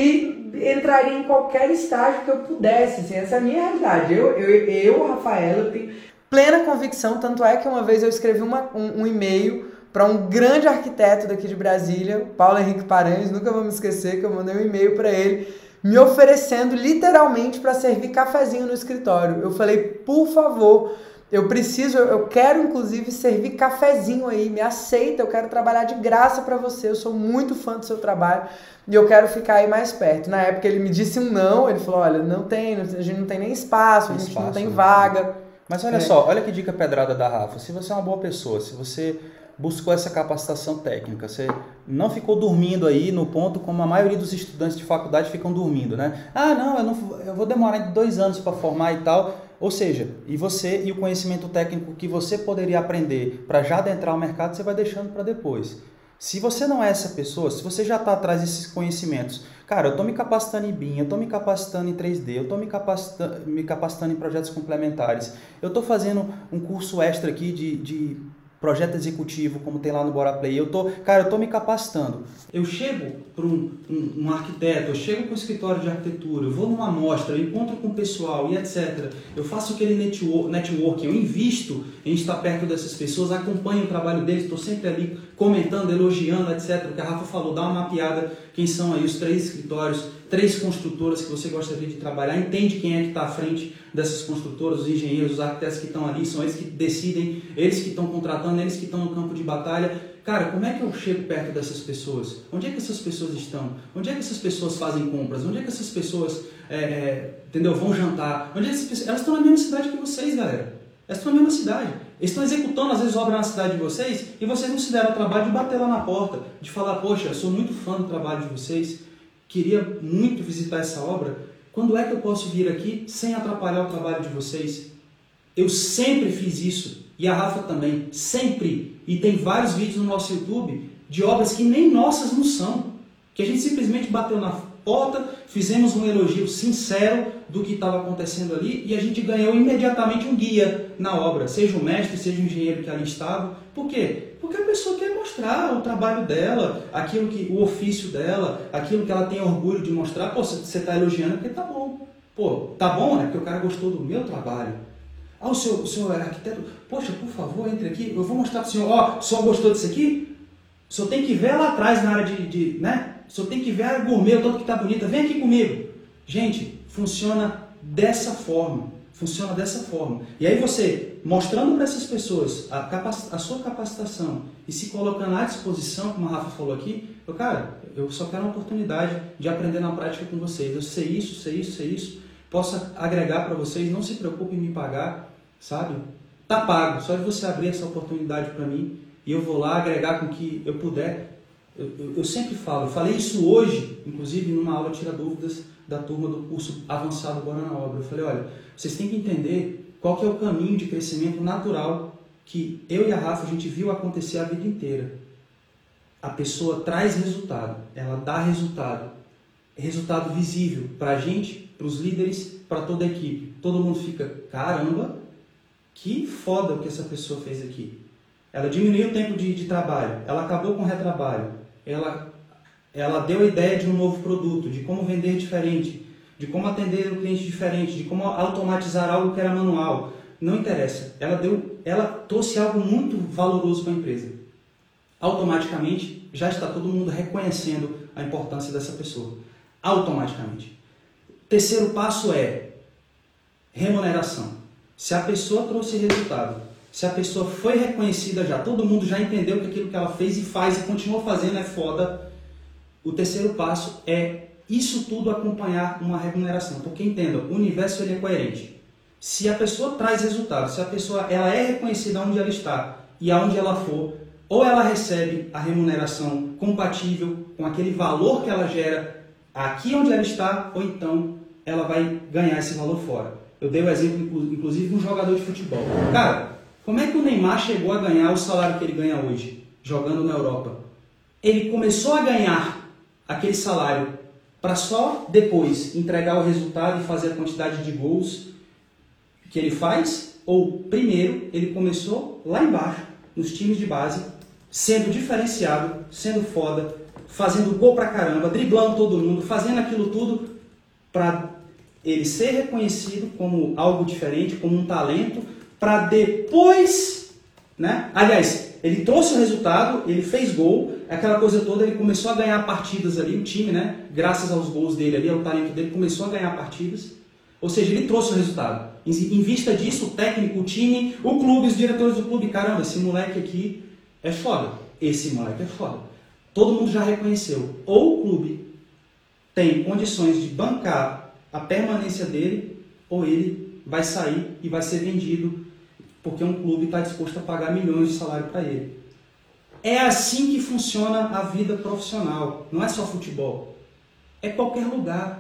e entraria em qualquer estágio que eu pudesse. Assim, essa é a minha realidade. Eu, eu, eu Rafaela, tenho plena convicção, tanto é que uma vez eu escrevi uma, um, um e-mail para um grande arquiteto daqui de Brasília, Paulo Henrique Paranhos, nunca vou me esquecer que eu mandei um e-mail para ele, me oferecendo literalmente para servir cafezinho no escritório. Eu falei, por favor, eu preciso, eu quero inclusive servir cafezinho aí, me aceita, eu quero trabalhar de graça para você, eu sou muito fã do seu trabalho e eu quero ficar aí mais perto. Na época ele me disse um não, ele falou, olha, não tem, a gente não tem nem espaço, a gente espaço, não tem vaga. Mas olha é. só, olha que dica pedrada da Rafa, se você é uma boa pessoa, se você buscou essa capacitação técnica, você não ficou dormindo aí no ponto como a maioria dos estudantes de faculdade ficam dormindo, né? Ah, não, eu, não, eu vou demorar dois anos para formar e tal. Ou seja, e você e o conhecimento técnico que você poderia aprender para já adentrar o mercado, você vai deixando para depois. Se você não é essa pessoa, se você já está atrás desses conhecimentos, cara, eu estou me capacitando em B I M, eu estou me capacitando em três D, eu estou me capacitando, me capacitando em projetos complementares, eu estou fazendo um curso extra aqui de... de projeto executivo, como tem lá no Bora Play, eu tô, cara, eu tô me capacitando. Eu chego para um, um, um arquiteto, eu chego para o escritório de arquitetura, eu vou numa amostra, eu encontro com o pessoal e etcétera. Eu faço aquele network, networking, eu invisto em estar perto dessas pessoas, acompanho o trabalho deles, estou sempre ali comentando, elogiando, etcétera. O que a Rafa falou, dá uma mapeada, quem são aí os três escritórios, três construtoras que você gostaria de trabalhar, entende quem é que está à frente dessas construtoras, os engenheiros, os arquitetos que estão ali, são eles que decidem, eles que estão contratando, eles que estão no campo de batalha. Cara, como é que eu chego perto dessas pessoas? Onde é que essas pessoas estão? Onde é que essas pessoas fazem compras? Onde é que essas pessoas é, é, entendeu, vão jantar? Onde é que essas pessoas... Elas estão na mesma cidade que vocês, galera. Elas estão na mesma cidade. Eles estão executando, às vezes, obra na cidade de vocês e vocês não se deram o trabalho de bater lá na porta, de falar, poxa, eu sou muito fã do trabalho de vocês, queria muito visitar essa obra. Quando é que eu posso vir aqui sem atrapalhar o trabalho de vocês? Eu sempre fiz isso. E a Rafa também. Sempre. E tem vários vídeos no nosso YouTube de obras que nem nossas não são. Que a gente simplesmente bateu na porta, fizemos um elogio sincero do que estava acontecendo ali e a gente ganhou imediatamente um guia na obra. Seja o mestre, seja o engenheiro que ali estava. Por quê? Porque a pessoa quer mostrar o trabalho dela, aquilo que, o ofício dela, aquilo que ela tem orgulho de mostrar. Pô, você está elogiando porque tá bom. Pô, tá bom, né? Porque o cara gostou do meu trabalho. Ah, o senhor, o senhor é arquiteto? Poxa, por favor, entre aqui. Eu vou mostrar para o senhor. Ó, o senhor gostou disso aqui? O senhor tem que ver lá atrás na área de, de né? O senhor tem que ver a gourmet, o tanto que está bonita. Vem aqui comigo. Gente, funciona dessa forma. Funciona dessa forma. E aí você, mostrando para essas pessoas a, capac, a sua capacitação e se colocando à disposição, como a Rafa falou aqui, eu, cara, eu só quero uma oportunidade de aprender na prática com vocês. Eu sei isso, sei isso, sei isso. Posso agregar para vocês, não se preocupe em me pagar, sabe? Tá pago, só de você abrir essa oportunidade para mim e eu vou lá agregar com o que eu puder. Eu, eu, eu sempre falo, eu falei isso hoje, inclusive numa aula Tira Dúvidas da turma do curso avançado Bora na Obra. Eu falei, olha, vocês têm que entender qual que é o caminho de crescimento natural que eu e a Rafa a gente viu acontecer a vida inteira. A pessoa traz resultado, ela dá resultado, resultado visível para a gente, para os líderes, para toda a equipe. Todo mundo fica, caramba, que foda o que essa pessoa fez aqui. Ela diminuiu o tempo de, de trabalho, ela acabou com o retrabalho, ela, ela deu a ideia de um novo produto, de como vender diferente, de como atender o cliente diferente, de como automatizar algo que era manual. Não interessa, ela, deu, ela trouxe algo muito valoroso para a empresa. Automaticamente, já está todo mundo reconhecendo a importância dessa pessoa. Automaticamente. Terceiro passo é remuneração. Se a pessoa trouxe resultado, se a pessoa foi reconhecida já, todo mundo já entendeu que aquilo que ela fez e faz e continua fazendo é foda, o terceiro passo é isso tudo acompanhar uma remuneração. Porque entenda, o universo ele é coerente. Se a pessoa traz resultado, se a pessoa ela é reconhecida onde ela está e aonde ela for, ou ela recebe a remuneração compatível com aquele valor que ela gera aqui onde ela está, ou então ela vai ganhar esse valor fora. Eu dei o exemplo, inclusive, de um jogador de futebol. Cara, como é que o Neymar chegou a ganhar o salário que ele ganha hoje, jogando na Europa? Ele começou a ganhar aquele salário para só depois entregar o resultado e fazer a quantidade de gols que ele faz? Ou primeiro ele começou lá embaixo, nos times de base, sendo diferenciado, sendo foda, fazendo gol pra caramba, driblando todo mundo, fazendo aquilo tudo para ele ser reconhecido como algo diferente, como um talento, para depois, né? Aliás, ele trouxe o resultado, ele fez gol, aquela coisa toda, ele começou a ganhar partidas ali, o time, né? Graças aos gols dele ali, ao talento dele, começou a ganhar partidas. Ou seja, ele trouxe o resultado. Em vista disso, o técnico, o time, o clube, os diretores do clube, caramba, esse moleque aqui é foda. Esse moleque é foda. Todo mundo já reconheceu. Ou o clube tem condições de bancar a permanência dele, ou ele vai sair e vai ser vendido porque um clube está disposto a pagar milhões de salário para ele. É assim que funciona a vida profissional. Não é só futebol. É qualquer lugar.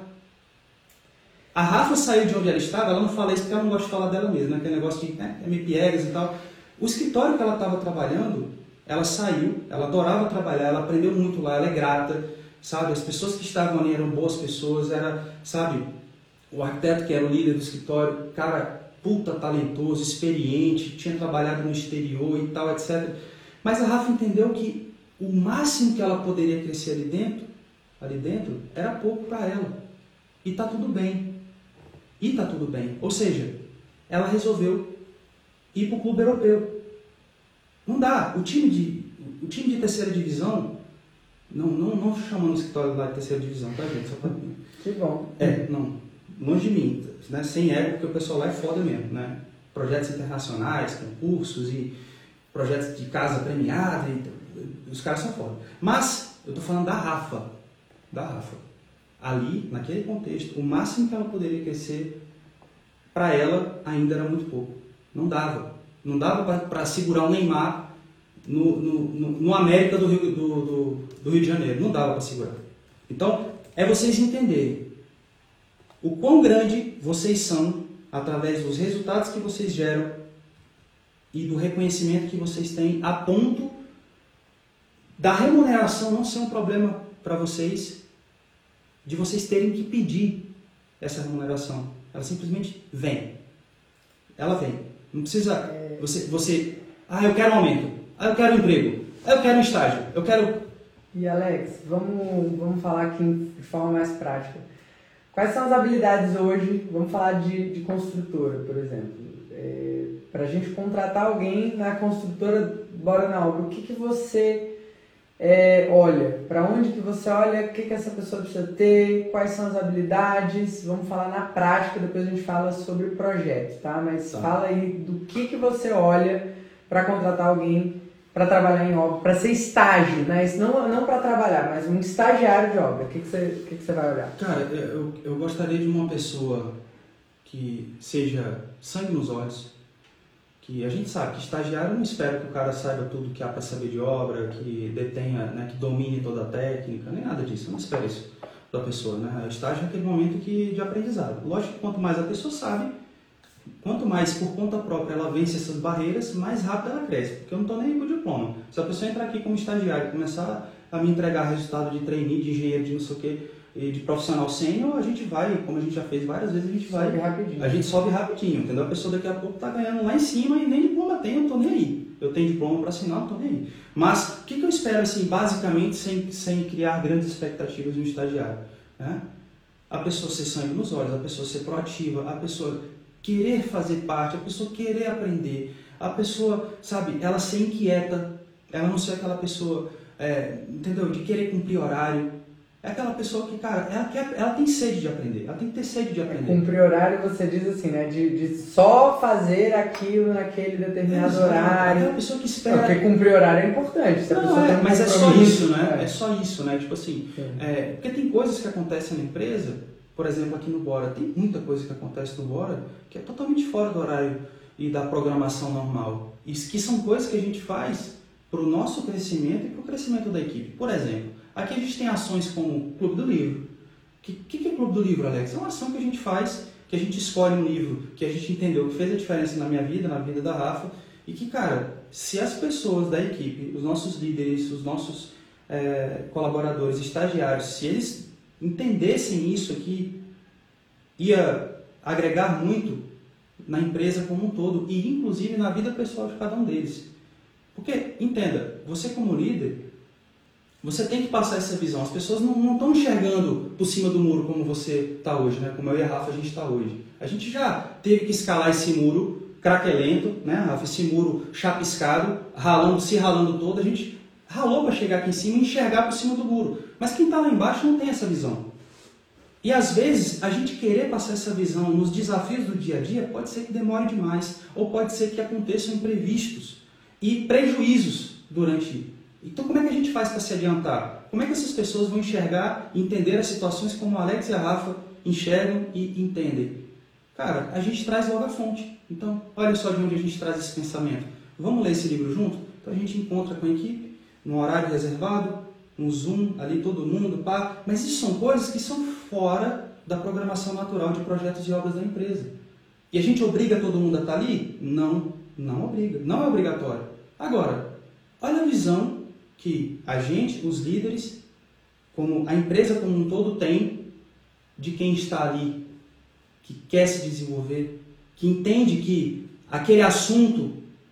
A Rafa saiu de onde ela estava, ela não fala isso porque ela não gosta de falar dela mesma, né? Aquele negócio de né, me piegas e tal. O escritório que ela estava trabalhando, ela saiu, ela adorava trabalhar, ela aprendeu muito lá, ela é grata, sabe? As pessoas que estavam ali eram boas pessoas, era, sabe, o arquiteto que era o líder do escritório, cara, puta talentoso, experiente, tinha trabalhado no exterior e tal, etcétera. Mas a Rafa entendeu que o máximo que ela poderia crescer ali dentro, ali dentro, era pouco para ela. E tá tudo bem. E tá tudo bem. Ou seja, ela resolveu ir para o clube europeu. Não dá. O time de, o time de terceira divisão, não, não, não chamando o escritório lá de terceira divisão, tá, gente? Só pra... Que bom. É, não. Longe de mim, né? Sem ego, porque o pessoal lá é foda mesmo, né? Projetos internacionais, concursos e projetos de casa premiada, e... os caras são foda. Mas, eu tô falando da Rafa. Da Rafa. Ali, naquele contexto, o máximo que ela poderia crescer, para ela, ainda era muito pouco. Não dava. Não dava para segurar o Neymar no, no, no, no América do Rio, do, do, do Rio de Janeiro. Não dava para segurar. Então, é vocês entenderem o quão grande vocês são através dos resultados que vocês geram e do reconhecimento que vocês têm, a ponto da remuneração não ser um problema para vocês, de vocês terem que pedir essa remuneração. Ela simplesmente vem. Ela vem. Não precisa... É... Você, você... Ah, eu quero um aumento. Ah, eu quero um emprego. Ah, eu quero um estágio. Eu quero... E Alex, vamos, vamos falar aqui de forma mais prática. Quais são as habilidades hoje? Vamos falar de, de construtora, por exemplo. É, para a gente contratar alguém na construtora Bora na Obra, o que, que você... É, olha, para onde que você olha, o que, que essa pessoa precisa ter, quais são as habilidades, vamos falar na prática, depois a gente fala sobre o projeto, tá? Mas tá. Fala aí do que, que você olha para contratar alguém para trabalhar em obra, para ser estágio, né? Isso não, não para trabalhar, mas um estagiário de obra, o que, que, você, o que, que você vai olhar? Cara, eu, eu gostaria de uma pessoa que seja sangue nos olhos, que a gente sabe que estagiário não espera que o cara saiba tudo que há para saber de obra, que detenha, né, que domine toda a técnica, nem nada disso, eu não espero isso da pessoa, né? O estágio é aquele momento que, de aprendizado. Lógico que quanto mais a pessoa sabe, quanto mais por conta própria ela vence essas barreiras, mais rápido ela cresce, porque eu não estou nem com o diploma. Se a pessoa entrar aqui como estagiário e começar a me entregar resultado de trainee, de engenheiro, de não sei o que, de profissional sênior, a gente vai, como a gente já fez várias vezes, a gente vai... Sobe rapidinho. A gente sobe rapidinho, entendeu? A pessoa daqui a pouco está ganhando lá em cima e nem diploma tem, eu não estou nem aí. Eu tenho diploma para assinar, não estou nem aí. Mas, o que, que eu espero, assim, basicamente, sem, sem criar grandes expectativas no estagiário? Né? A pessoa ser sangue nos olhos, a pessoa ser proativa, a pessoa querer fazer parte, a pessoa querer aprender, a pessoa, sabe, ela ser inquieta, ela não ser aquela pessoa, é, entendeu? De querer cumprir horário, É aquela pessoa que, cara, ela, quer, ela tem sede de aprender, ela tem que ter sede de aprender. Cumprir horário, você diz assim, né? De, de só fazer aquilo naquele determinado é, horário. Aquela pessoa que espera... Não, porque cumprir horário é importante. Se a não, é, tem um mas é só isso, né? É, é só isso, né? Tipo assim, é, porque tem coisas que acontecem na empresa, por exemplo, aqui no Bora, tem muita coisa que acontece no Bora que é totalmente fora do horário e da programação normal. E que são coisas que a gente faz para o nosso crescimento e para o crescimento da equipe. Por exemplo, aqui a gente tem ações como o Clube do Livro. O que, que, que é o Clube do Livro, Alex? É uma ação que a gente faz, que a gente escolhe um livro, que a gente entendeu que fez a diferença na minha vida, na vida da Rafa, e que, cara, se as pessoas da equipe, os nossos líderes, os nossos é, colaboradores, estagiários, se eles entendessem isso aqui, ia agregar muito na empresa como um todo, e inclusive na vida pessoal de cada um deles. Porque, entenda, você como líder, você tem que passar essa visão. As pessoas não, não estão enxergando por cima do muro como você está hoje, né? Como eu e a Rafa a gente está hoje. A gente já teve que escalar esse muro craquelento, né, Rafa? Esse muro chapiscado, ralando, se ralando todo. A gente ralou para chegar aqui em cima e enxergar por cima do muro. Mas quem está lá embaixo não tem essa visão. E às vezes a gente querer passar essa visão nos desafios do dia a dia pode ser que demore demais, ou pode ser que aconteçam imprevistos e prejuízos durante. Então como é que a gente faz para se adiantar? Como é que essas pessoas vão enxergar e entender as situações como o Alex e a Rafa enxergam e entendem? Cara, a gente traz logo a fonte. Então, olha só de onde a gente traz esse pensamento. Vamos ler esse livro junto? Então a gente encontra com a equipe, no horário reservado, no Zoom, ali todo mundo, pá. Mas isso são coisas que são fora da programação natural de projetos e obras da empresa. E a gente obriga todo mundo a estar ali? Não, não obriga. Não é obrigatório. Agora, olha a visão que a gente, os líderes, como a empresa como um todo tem de quem está ali, que quer se desenvolver, que entende que aquele assunto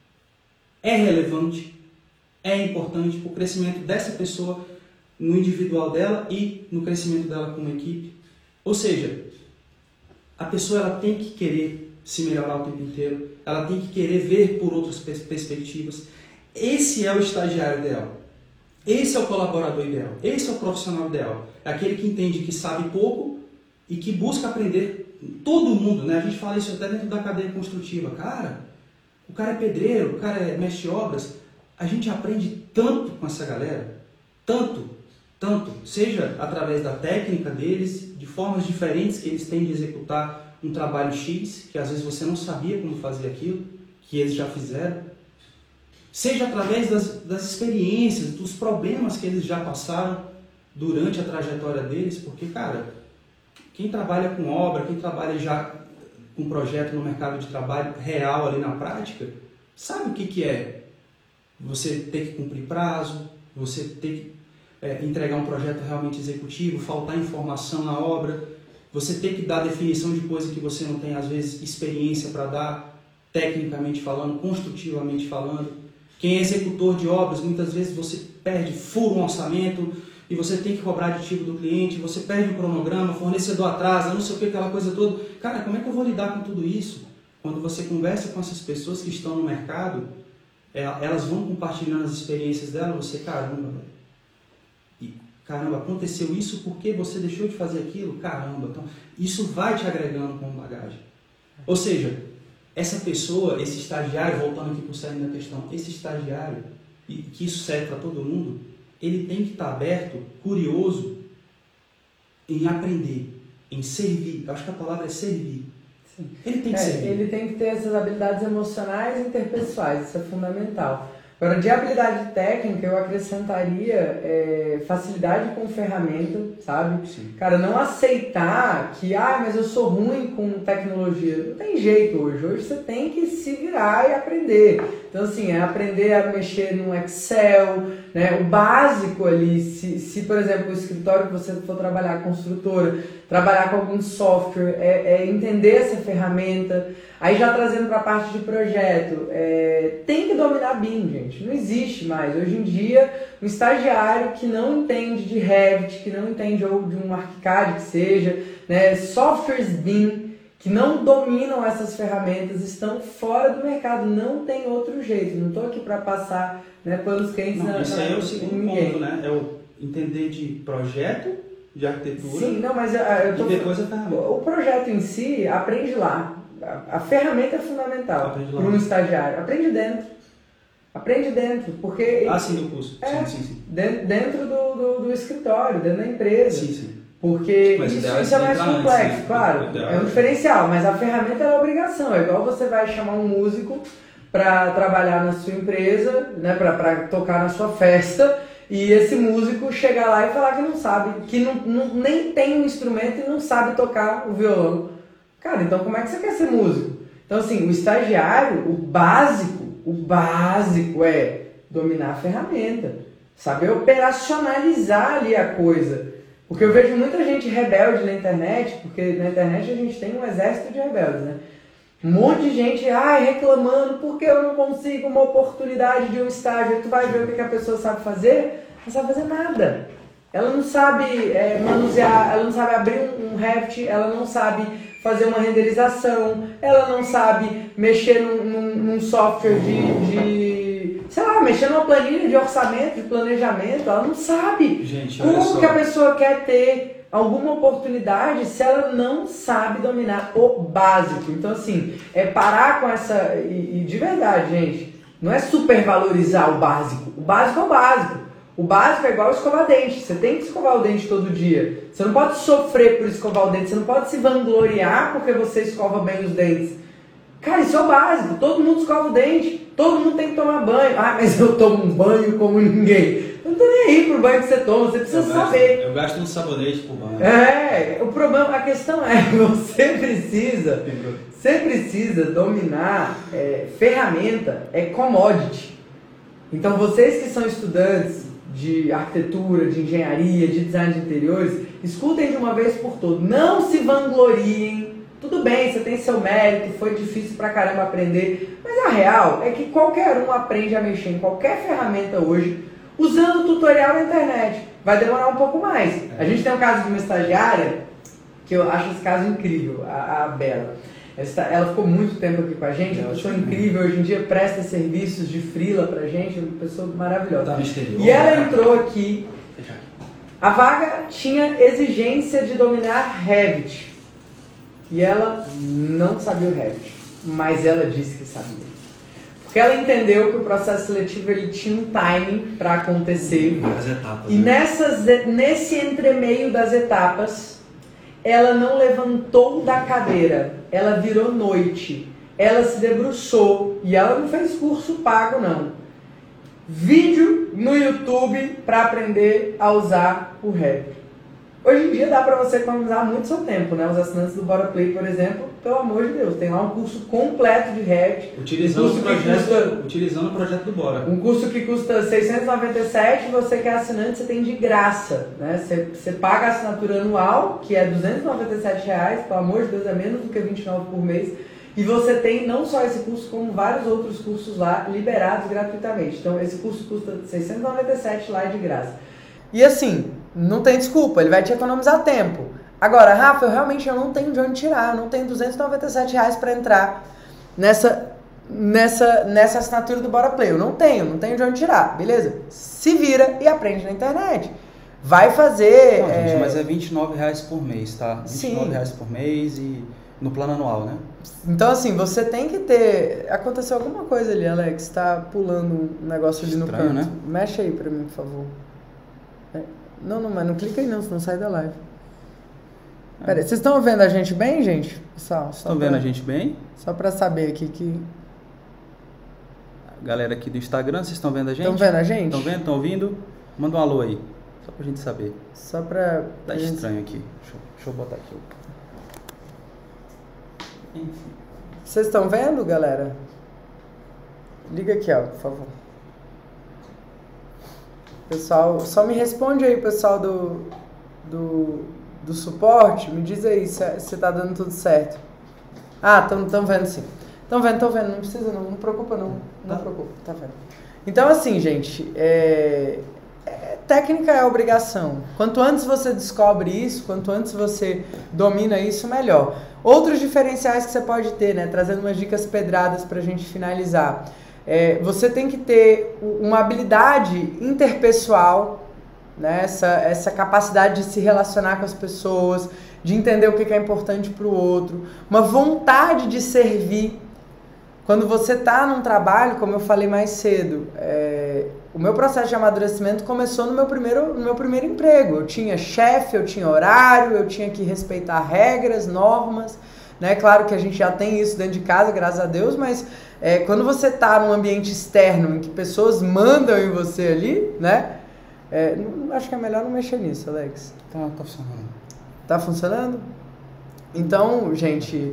é relevante, é importante para o crescimento dessa pessoa no individual dela e no crescimento dela como equipe. Ou seja, a pessoa ela tem que querer se melhorar o tempo inteiro, ela tem que querer ver por outras pers- perspectivas. Esse é o estagiário ideal. Esse é o colaborador ideal. Esse é o profissional ideal. É aquele que entende que sabe pouco e que busca aprender. Todo mundo, né? A gente fala isso até dentro da cadeia construtiva. Cara, o cara é pedreiro, o cara é mestre de obras. A gente aprende tanto com essa galera, tanto, tanto, seja através da técnica deles, de formas diferentes que eles têm de executar um trabalho X, que às vezes você não sabia como fazer aquilo, que eles já fizeram, seja através das, das experiências, dos problemas que eles já passaram durante a trajetória deles, porque, cara, quem trabalha com obra, quem trabalha já com projeto no mercado de trabalho real ali na prática, sabe o que, que é você ter que cumprir prazo, você ter que é, entregar um projeto realmente executivo, faltar informação na obra, você ter que dar definição de coisa que você não tem, às vezes, experiência para dar, tecnicamente falando, construtivamente falando. Quem é executor de obras, muitas vezes você perde, fura um orçamento e você tem que cobrar aditivo do cliente, você perde o cronograma, fornecedor atrasa, não sei o que, aquela coisa toda. Cara, como é que eu vou lidar com tudo isso? Quando você conversa com essas pessoas que estão no mercado, elas vão compartilhando as experiências delas, você, caramba, velho. E, caramba, aconteceu isso porque você deixou de fazer aquilo? Caramba, então isso vai te agregando como bagagem. Ou seja, essa pessoa, esse estagiário, voltando aqui para o cerne da questão, esse estagiário, e que isso serve para todo mundo, ele tem que estar aberto, curioso em aprender, em servir. Eu acho que a palavra é servir. Sim. Ele tem que é, servir. Ele tem que ter essas habilidades emocionais e interpessoais, isso é fundamental. Agora, de habilidade técnica, eu acrescentaria é, facilidade com ferramenta, sabe? Sim. Cara, não aceitar que, ah, mas eu sou ruim com tecnologia. Não tem jeito hoje. Hoje você tem que se virar e aprender. Então, assim, é aprender a mexer no Excel, né? O básico ali. Se, se, por exemplo, o escritório que você for trabalhar, construtora, trabalhar com algum software, é, é entender essa ferramenta. Aí já trazendo para a parte de projeto, é, tem que dominar B I M, gente. Não existe mais. Hoje em dia, um estagiário que não entende de Revit, que não entende ou de um ArchiCAD que seja, né, softwares B I M, que não dominam essas ferramentas, estão fora do mercado. Não tem outro jeito. Não estou aqui para passar, né, pelos clientes. Não, na, isso na, aí é o segundo ninguém. ponto, né? É o entender de projeto de arquitetura. Sim, não, mas eu, eu tô... E depois a ferramenta. O projeto em si, aprende lá. A, a ferramenta é fundamental para um estagiário. Aprende dentro. Aprende dentro, porque... Ah, sim, do curso. É, sim, sim, sim. Dentro do, do, do escritório, dentro da empresa. Sim, sim. Porque mas isso, é isso é mais complexo, antes, né? claro. É um diferencial, mas a ferramenta é a obrigação. É igual você vai chamar um músico para trabalhar na sua empresa, né, para tocar na sua festa, e esse músico chegar lá e falar que não sabe, que não, não, nem tem um instrumento e não sabe tocar o violão. Cara, então como é que você quer ser músico? Então assim, o estagiário, o básico, o básico é dominar a ferramenta, saber operacionalizar ali a coisa. Porque eu vejo muita gente rebelde na internet, porque na internet a gente tem um exército de rebeldes, né? Um monte de gente, ai, reclamando, porque eu não consigo uma oportunidade de um estágio. Tu vai ver o que a pessoa sabe fazer? Não sabe fazer nada. Ela não sabe é, manusear, ela não sabe abrir um, um Revit, ela não sabe fazer uma renderização, ela não sabe mexer num, num, num software de, de, sei lá, mexer numa planilha de orçamento, de planejamento, ela não sabe. Gente, olha como só. que a pessoa quer ter alguma oportunidade se ela não sabe dominar o básico. Então, assim, é parar com essa... E, e de verdade, gente, não é supervalorizar o básico. O básico é o básico. O básico é igual escovar dente. Você tem que escovar o dente todo dia. Você não pode sofrer por escovar o dente. Você não pode se vangloriar porque você escova bem os dentes. Cara, isso é o básico. Todo mundo escova o dente. Todo mundo tem que tomar banho. Ah, mas eu tomo um banho como ninguém. Eu não tô nem aí pro banho que você toma. Você precisa eu gasto, saber. Eu gasto um sabonete por banho. É, o problema, a questão é que você precisa, você precisa dominar é, ferramenta, é commodity. Então vocês que são estudantes de arquitetura, de engenharia, de design de interiores, escutem de uma vez por todas. Não se vangloriem. Tudo bem, você tem seu mérito, foi difícil pra caramba aprender, mas a real é que qualquer um aprende a mexer em qualquer ferramenta hoje usando o tutorial na internet. Vai demorar um pouco mais. A gente tem um caso de uma estagiária que eu acho esse caso incrível, a, a Bela. Ela ficou muito tempo aqui com a gente, uma pessoa incrível, hoje em dia presta serviços de freela pra gente, uma pessoa maravilhosa. E ela entrou aqui, a vaga tinha exigência de dominar Revit, e ela não sabia o Revit, mas ela disse que sabia. Porque ela entendeu que o processo seletivo ele tinha um timing para acontecer, as etapas, e né? nessas, nesse entremeio das etapas, ela não levantou da cadeira, ela virou noite, ela se debruçou e ela não fez curso pago não. Vídeo no YouTube para aprender a usar o Revit. Hoje em dia dá para você economizar muito seu tempo, né? Os assinantes do Bora Play, por exemplo, pelo amor de Deus, tem lá um curso completo de Revit. Utilizando, um o projeto, custa, utilizando o projeto do Bora. Um curso que custa seiscentos e noventa e sete reais, você que é assinante, você tem de graça, né? Você, você paga a assinatura anual, que é duzentos e noventa e sete reais, pelo amor de Deus, é menos do que vinte e nove reais por mês. E você tem não só esse curso, como vários outros cursos lá, liberados gratuitamente. Então, esse curso custa seiscentos e noventa e sete reais lá de graça. E assim, não tem desculpa, ele vai te economizar tempo. Agora, Rafa, eu realmente eu não tenho de onde tirar, eu não tenho duzentos e noventa e sete reais para entrar nessa, nessa, nessa assinatura do Bora Play. Eu não tenho, não tenho de onde tirar, beleza? Se vira e aprende na internet. Vai fazer... Não, gente, é... mas é vinte e nove reais por mês, tá? vinte e nove reais por mês e no plano anual, né? Então, assim, você tem que ter... Aconteceu alguma coisa ali, Alex, tá pulando um negócio ali Estranho, no canto. né? Mexe aí pra mim, por favor. Não, não, mas não clica aí não, senão sai da live. É. Pera aí, vocês estão vendo a gente bem, gente? Pessoal, estão vendo a gente bem? Só pra saber aqui que... Galera aqui do Instagram, vocês estão vendo a gente? Estão vendo a gente? Estão vendo? Estão ouvindo? Manda um alô aí, só pra gente saber. Só pra... Tá gente... estranho aqui. Deixa, deixa eu botar aqui. Enfim. Vocês estão vendo, galera? Liga aqui, ó, por favor. Pessoal, só me responde aí, pessoal do, do, do suporte, me diz aí se, se tá dando tudo certo. Ah, estão vendo sim. Estão vendo, estão vendo, não precisa não, não preocupa não, não tá. preocupa, tá vendo. Então assim, gente, é, é, técnica é obrigação. Quanto antes você descobre isso, quanto antes você domina isso, melhor. Outros diferenciais que você pode ter, né, trazendo umas dicas pedradas pra gente finalizar. É, você tem que ter uma habilidade interpessoal né? Essa, essa capacidade de se relacionar com as pessoas, de entender o que é importante para o outro, uma vontade de servir. Quando você está num trabalho, como eu falei mais cedo, é, o meu processo de amadurecimento começou no meu primeiro, no meu primeiro emprego. Eu tinha chefe, eu tinha horário, eu tinha que respeitar regras, normas, né? Claro que a gente já tem isso dentro de casa, graças a Deus, mas é, quando você está num ambiente externo em que pessoas mandam em você ali, né? É, não, acho que é melhor não mexer nisso, Alex. Tá, tá funcionando. Tá funcionando? Então, gente...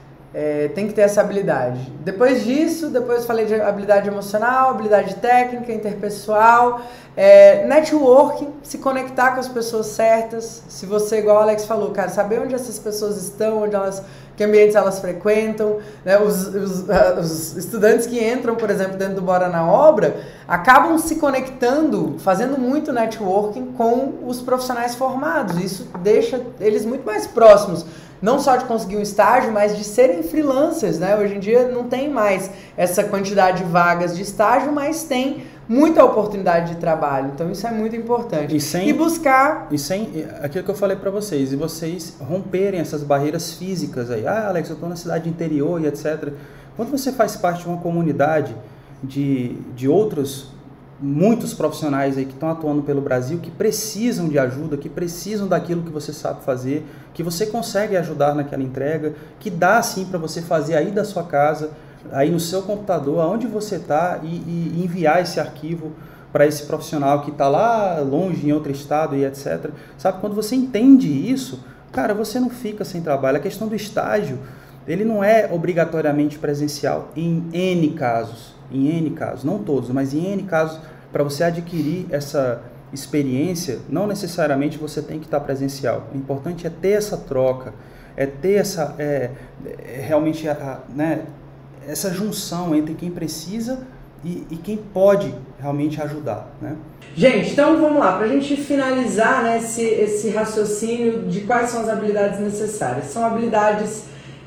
É, tem que ter essa habilidade. Depois disso, depois eu falei de habilidade emocional, habilidade técnica, interpessoal, é, networking, se conectar com as pessoas certas. Se você, igual o Alex falou, cara, saber onde essas pessoas estão, onde elas, que ambientes elas frequentam, né? Os, os, os estudantes que entram, por exemplo, dentro do Bora na Obra, acabam se conectando, fazendo muito networking com os profissionais formados. Isso deixa eles muito mais próximos. Não só de conseguir um estágio, mas de serem freelancers, né? Hoje em dia não tem mais essa quantidade de vagas de estágio, mas tem muita oportunidade de trabalho. Então isso é muito importante. E, sem, e buscar... E sem aquilo que eu falei para vocês, e vocês romperem essas barreiras físicas aí. Ah, Alex, eu estou na cidade interior e etcétera. Quando você faz parte de uma comunidade de, de outros... muitos profissionais aí que estão atuando pelo Brasil, que precisam de ajuda, que precisam daquilo que você sabe fazer, que você consegue ajudar naquela entrega, que dá sim para você fazer aí da sua casa, aí no seu computador, aonde você está, e, e enviar esse arquivo para esse profissional que está lá longe, em outro estado e etcétera. Sabe, quando você entende isso, cara, você não fica sem trabalho. A questão do estágio, ele não é obrigatoriamente presencial em N casos. Em N casos, não todos, mas em N casos, para você adquirir essa experiência, não necessariamente você tem que estar presencial. O importante é ter essa troca, é ter essa, é, é realmente, a, a, né, essa junção entre quem precisa e, e quem pode realmente ajudar, né? Gente, então vamos lá, para a gente finalizar, né, esse, esse raciocínio de quais são as habilidades necessárias. São habilidades...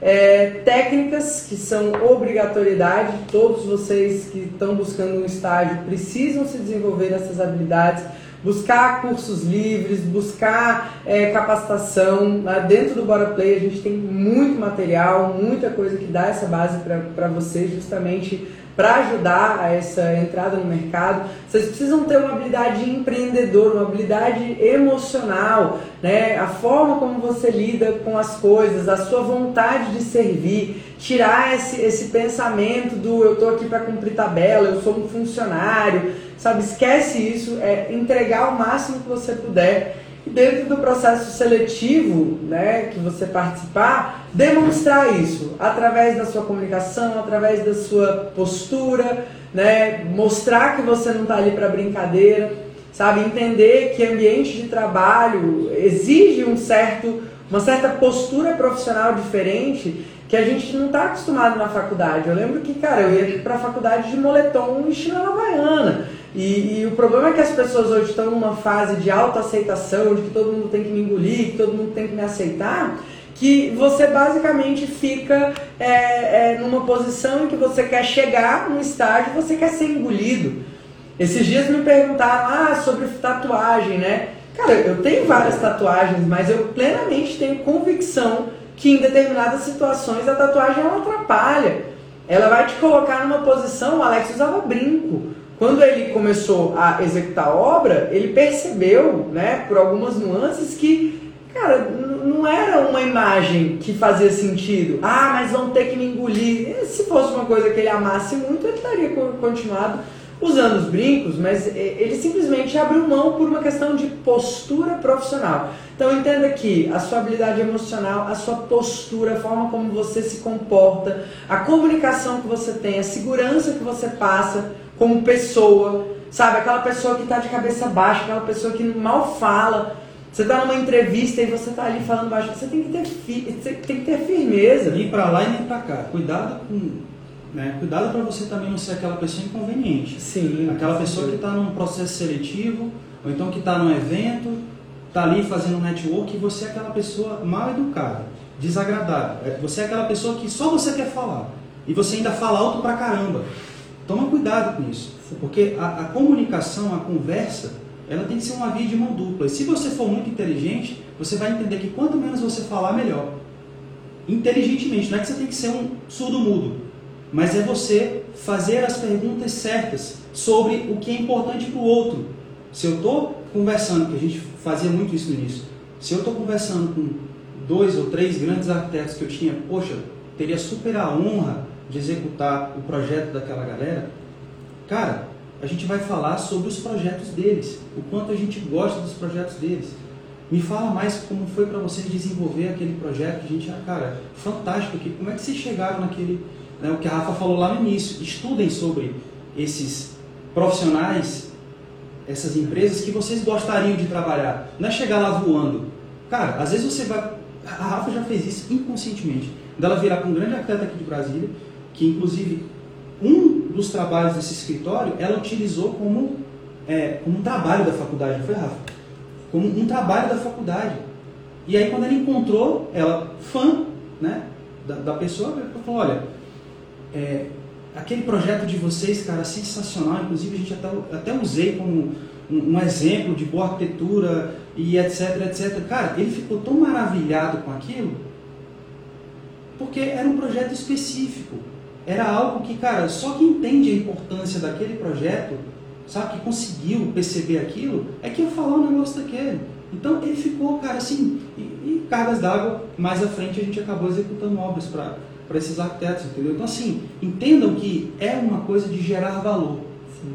É, técnicas que são obrigatoriedade, todos vocês que estão buscando um estágio precisam se desenvolver essas habilidades, buscar cursos livres, buscar é, capacitação. Lá dentro do Bora Play a gente tem muito material, muita coisa que dá essa base para vocês, justamente para ajudar a essa entrada no mercado. Vocês precisam ter uma habilidade de empreendedor, uma habilidade emocional, né? A forma como você lida com as coisas, a sua vontade de servir, tirar esse, esse pensamento do eu estou aqui para cumprir tabela, eu sou um funcionário, sabe? Esquece isso, é entregar o máximo que você puder. E dentro do processo seletivo, né, que você participar, demonstrar isso através da sua comunicação, através da sua postura, né, mostrar que você não está ali para brincadeira, sabe, entender que ambiente de trabalho exige um certo, uma certa postura profissional diferente que a gente não está acostumado na faculdade. Eu lembro que, cara, eu ia para a faculdade de moletom e chinela havaiana. E, e o problema é que as pessoas hoje estão numa fase de autoaceitação, de que todo mundo tem que me engolir, que todo mundo tem que me aceitar, que você basicamente fica é, é, numa posição em que você quer chegar no estágio, você quer ser engolido. Esses dias me perguntaram ah, sobre tatuagem, né? Cara, eu tenho várias tatuagens, mas eu plenamente tenho convicção que em determinadas situações a tatuagem ela atrapalha. Ela vai te colocar numa posição, o Alex usava brinco. Quando ele começou a executar a obra, ele percebeu, né, por algumas nuances que, cara, não era uma imagem que fazia sentido. Ah, mas vão ter que me engolir. E se fosse uma coisa que ele amasse muito, ele estaria continuado usando os brincos, mas ele simplesmente abriu mão por uma questão de postura profissional. Então entenda que a sua habilidade emocional, a sua postura, a forma como você se comporta, a comunicação que você tem, a segurança que você passa como pessoa, sabe? Aquela pessoa que está de cabeça baixa, aquela pessoa que mal fala. Você está numa entrevista e você está ali falando baixo, você tem que ter, fi, você tem que ter firmeza. Nem para lá e nem para cá. Cuidado com... Né? Cuidado para você também não ser aquela pessoa inconveniente. Sim. Aquela pessoa que está num processo seletivo, ou então que está num evento, está ali fazendo um network e você é aquela pessoa mal educada, desagradável. Você é aquela pessoa que só você quer falar. E você ainda fala alto pra caramba. Toma cuidado com isso. Porque a, a comunicação, a conversa, ela tem que ser uma via de mão dupla. E se você for muito inteligente, você vai entender que quanto menos você falar, melhor. Inteligentemente, não é que você tem que ser um surdo-mudo, mas é você fazer as perguntas certas sobre o que é importante para o outro. Se eu estou conversando, que a gente fazia muito isso no início, se eu estou conversando com dois ou três grandes arquitetos que eu tinha, poxa, teria super a honra de executar o projeto daquela galera, cara, a gente vai falar sobre os projetos deles, o quanto a gente gosta dos projetos deles. Me fala mais como foi para vocês desenvolver aquele projeto, que a gente, ah, cara, fantástico aqui, como é que vocês chegaram naquele, né, o que a Rafa falou lá no início, estudem sobre esses profissionais, essas empresas que vocês gostariam de trabalhar, não é chegar lá voando. Cara, às vezes você vai, a Rafa já fez isso inconscientemente, dela virar para um grande arquiteto aqui de Brasília, que inclusive um dos trabalhos desse escritório, ela utilizou como, é, como um trabalho da faculdade, não foi, Rafa? Como um trabalho da faculdade. E aí quando ela encontrou, ela, fã, né, da, da pessoa, ela falou, olha, é, aquele projeto de vocês, cara, sensacional, inclusive a gente até, até usei como um, um exemplo de boa arquitetura e etc, etcétera. Cara, ele ficou tão maravilhado com aquilo, porque era um projeto específico. Era algo que, cara, só quem entende a importância daquele projeto, sabe, que conseguiu perceber aquilo, é que ia falar um negócio daquele. Então ele ficou, cara, assim, e, e cargas d'água, mais à frente a gente acabou executando obras para para esses arquitetos, entendeu? Então, assim, entendam que é uma coisa de gerar valor. Sim.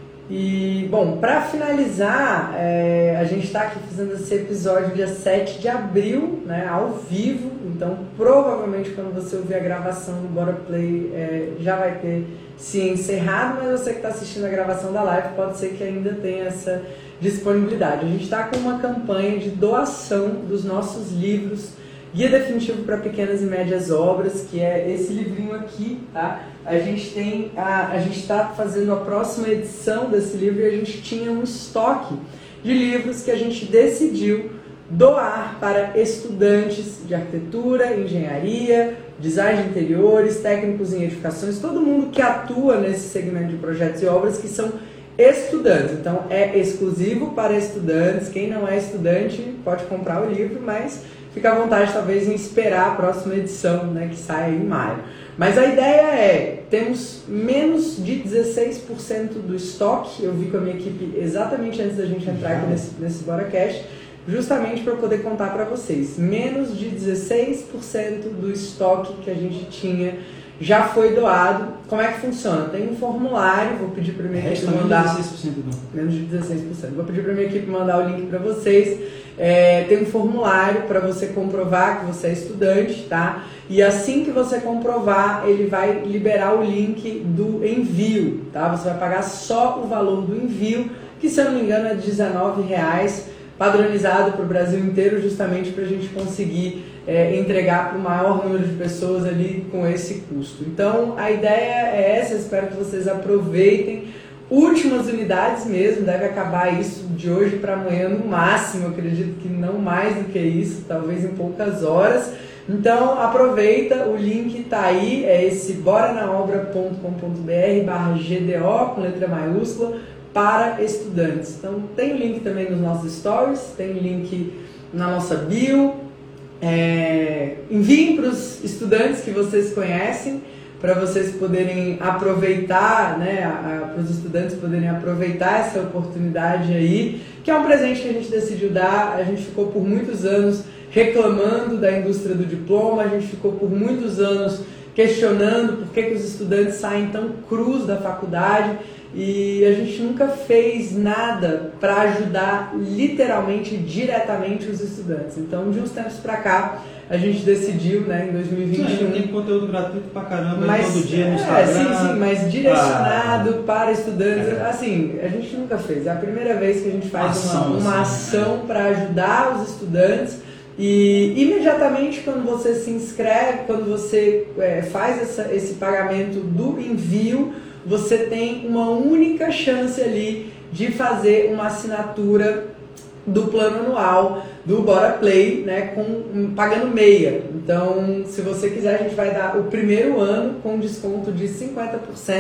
E, bom, para finalizar, é, a gente está aqui fazendo esse episódio dia sete de abril, né, ao vivo, então provavelmente quando você ouvir a gravação do Bora Play é, já vai ter se encerrado, mas você que está assistindo a gravação da live pode ser que ainda tenha essa disponibilidade. A gente está com uma campanha de doação dos nossos livros, Guia Definitivo para Pequenas e Médias Obras, que é esse livrinho aqui, tá? A gente tem, a, a gente está fazendo a próxima edição desse livro e a gente tinha um estoque de livros que a gente decidiu doar para estudantes de arquitetura, engenharia, design de interiores, técnicos em edificações, todo mundo que atua nesse segmento de projetos e obras que são estudantes. Então é exclusivo para estudantes. Quem não é estudante pode comprar o livro, mas fica à vontade talvez em esperar a próxima edição, né, que sai em maio. Mas a ideia é, temos menos de dezesseis por cento do estoque. Eu vi com a minha equipe exatamente antes da gente entrar aqui nesse, nesse BoraCast, justamente para eu poder contar para vocês. Menos de dezesseis por cento do estoque que a gente tinha já foi doado. Como é que funciona? Tem um formulário, vou pedir para a minha equipe mandar... dezesseis por cento não. Menos de dezesseis por cento. Vou pedir para a minha equipe mandar o link para vocês. É, tem um formulário para você comprovar que você é estudante, tá? E assim que você comprovar, ele vai liberar o link do envio, tá? Você vai pagar só o valor do envio, que se eu não me engano é dezenove reais, padronizado para o Brasil inteiro, justamente para a gente conseguir é, entregar para o maior número de pessoas ali com esse custo. Então a ideia é essa, eu espero que vocês aproveitem. Últimas unidades mesmo, deve acabar isso de hoje para amanhã no máximo, eu acredito que não mais do que isso, talvez em poucas horas. Então aproveita, o link está aí, é esse boranaobra ponto com ponto br barra G D O com letra maiúscula para estudantes. Então tem o link também nos nossos stories, tem o link na nossa bio. É, enviem para os estudantes que vocês conhecem, para vocês poderem aproveitar, né, para os estudantes poderem aproveitar essa oportunidade aí, que é um presente que a gente decidiu dar. A gente ficou por muitos anos reclamando da indústria do diploma, a gente ficou por muitos anos questionando por que, que os estudantes saem tão crus da faculdade, e a gente nunca fez nada para ajudar literalmente, diretamente os estudantes. Então, de uns tempos para cá, a gente decidiu, né, em dois mil e vinte e um... Sim, tem conteúdo gratuito pra caramba, mas, todo dia no é, Instagram. Sim, sim, mas direcionado ah, para estudantes. é. Assim, a gente nunca fez. É a primeira vez que a gente faz ação, uma, uma assim, ação né? para ajudar os estudantes. E imediatamente quando você se inscreve, quando você é, faz essa, esse pagamento do envio, você tem uma única chance ali de fazer uma assinatura do plano anual do Bora Play, né, com, pagando meia. Então, se você quiser, a gente vai dar o primeiro ano com desconto de cinquenta por cento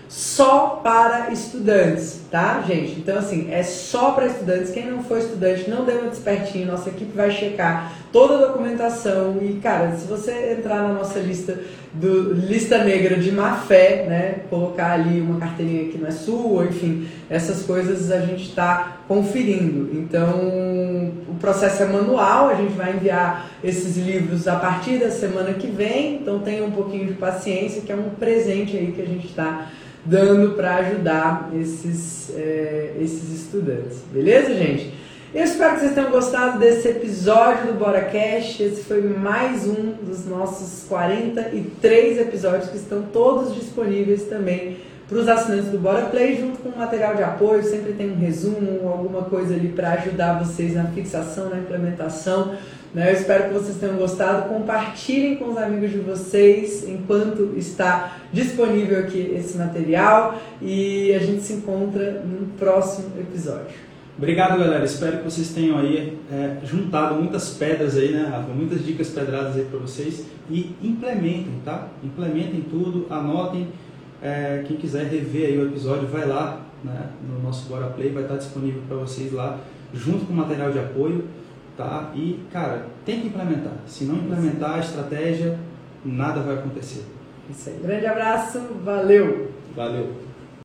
só para estudantes, tá, gente? Então, assim, é só para estudantes. Quem não for estudante, não dê uma despertinho. Nossa equipe vai checar toda a documentação. E, cara, se você entrar na nossa lista do lista negra de má fé, né, colocar ali uma carteirinha que não é sua, enfim, essas coisas a gente está conferindo. Então, o processo é manual. A gente vai enviar esses livros a partir da semana que vem. Então, tenha um pouquinho de paciência, que é um presente aí que a gente está dando para ajudar esses, é, esses estudantes. Beleza, gente? Eu espero que vocês tenham gostado desse episódio do BoraCast. Esse foi mais um dos nossos quarenta e três episódios que estão todos disponíveis também para os assinantes do Bora Play, junto com material de apoio. Sempre tem um resumo, alguma coisa ali para ajudar vocês na fixação, na implementação. Eu espero que vocês tenham gostado. Compartilhem com os amigos de vocês enquanto está disponível aqui esse material. E a gente se encontra no próximo episódio. Obrigado, galera. Espero que vocês tenham aí é, juntado muitas pedras aí, né, Rafa? Muitas dicas pedradas aí para vocês. E implementem, tá? Implementem tudo, anotem. É, quem quiser rever aí o episódio, vai lá, né, no nosso Bora Play. Vai estar disponível para vocês lá, junto com o material de apoio. Tá? E, cara, tem que implementar. Se não implementar a estratégia, nada vai acontecer. Isso aí. Grande abraço. Valeu. Valeu.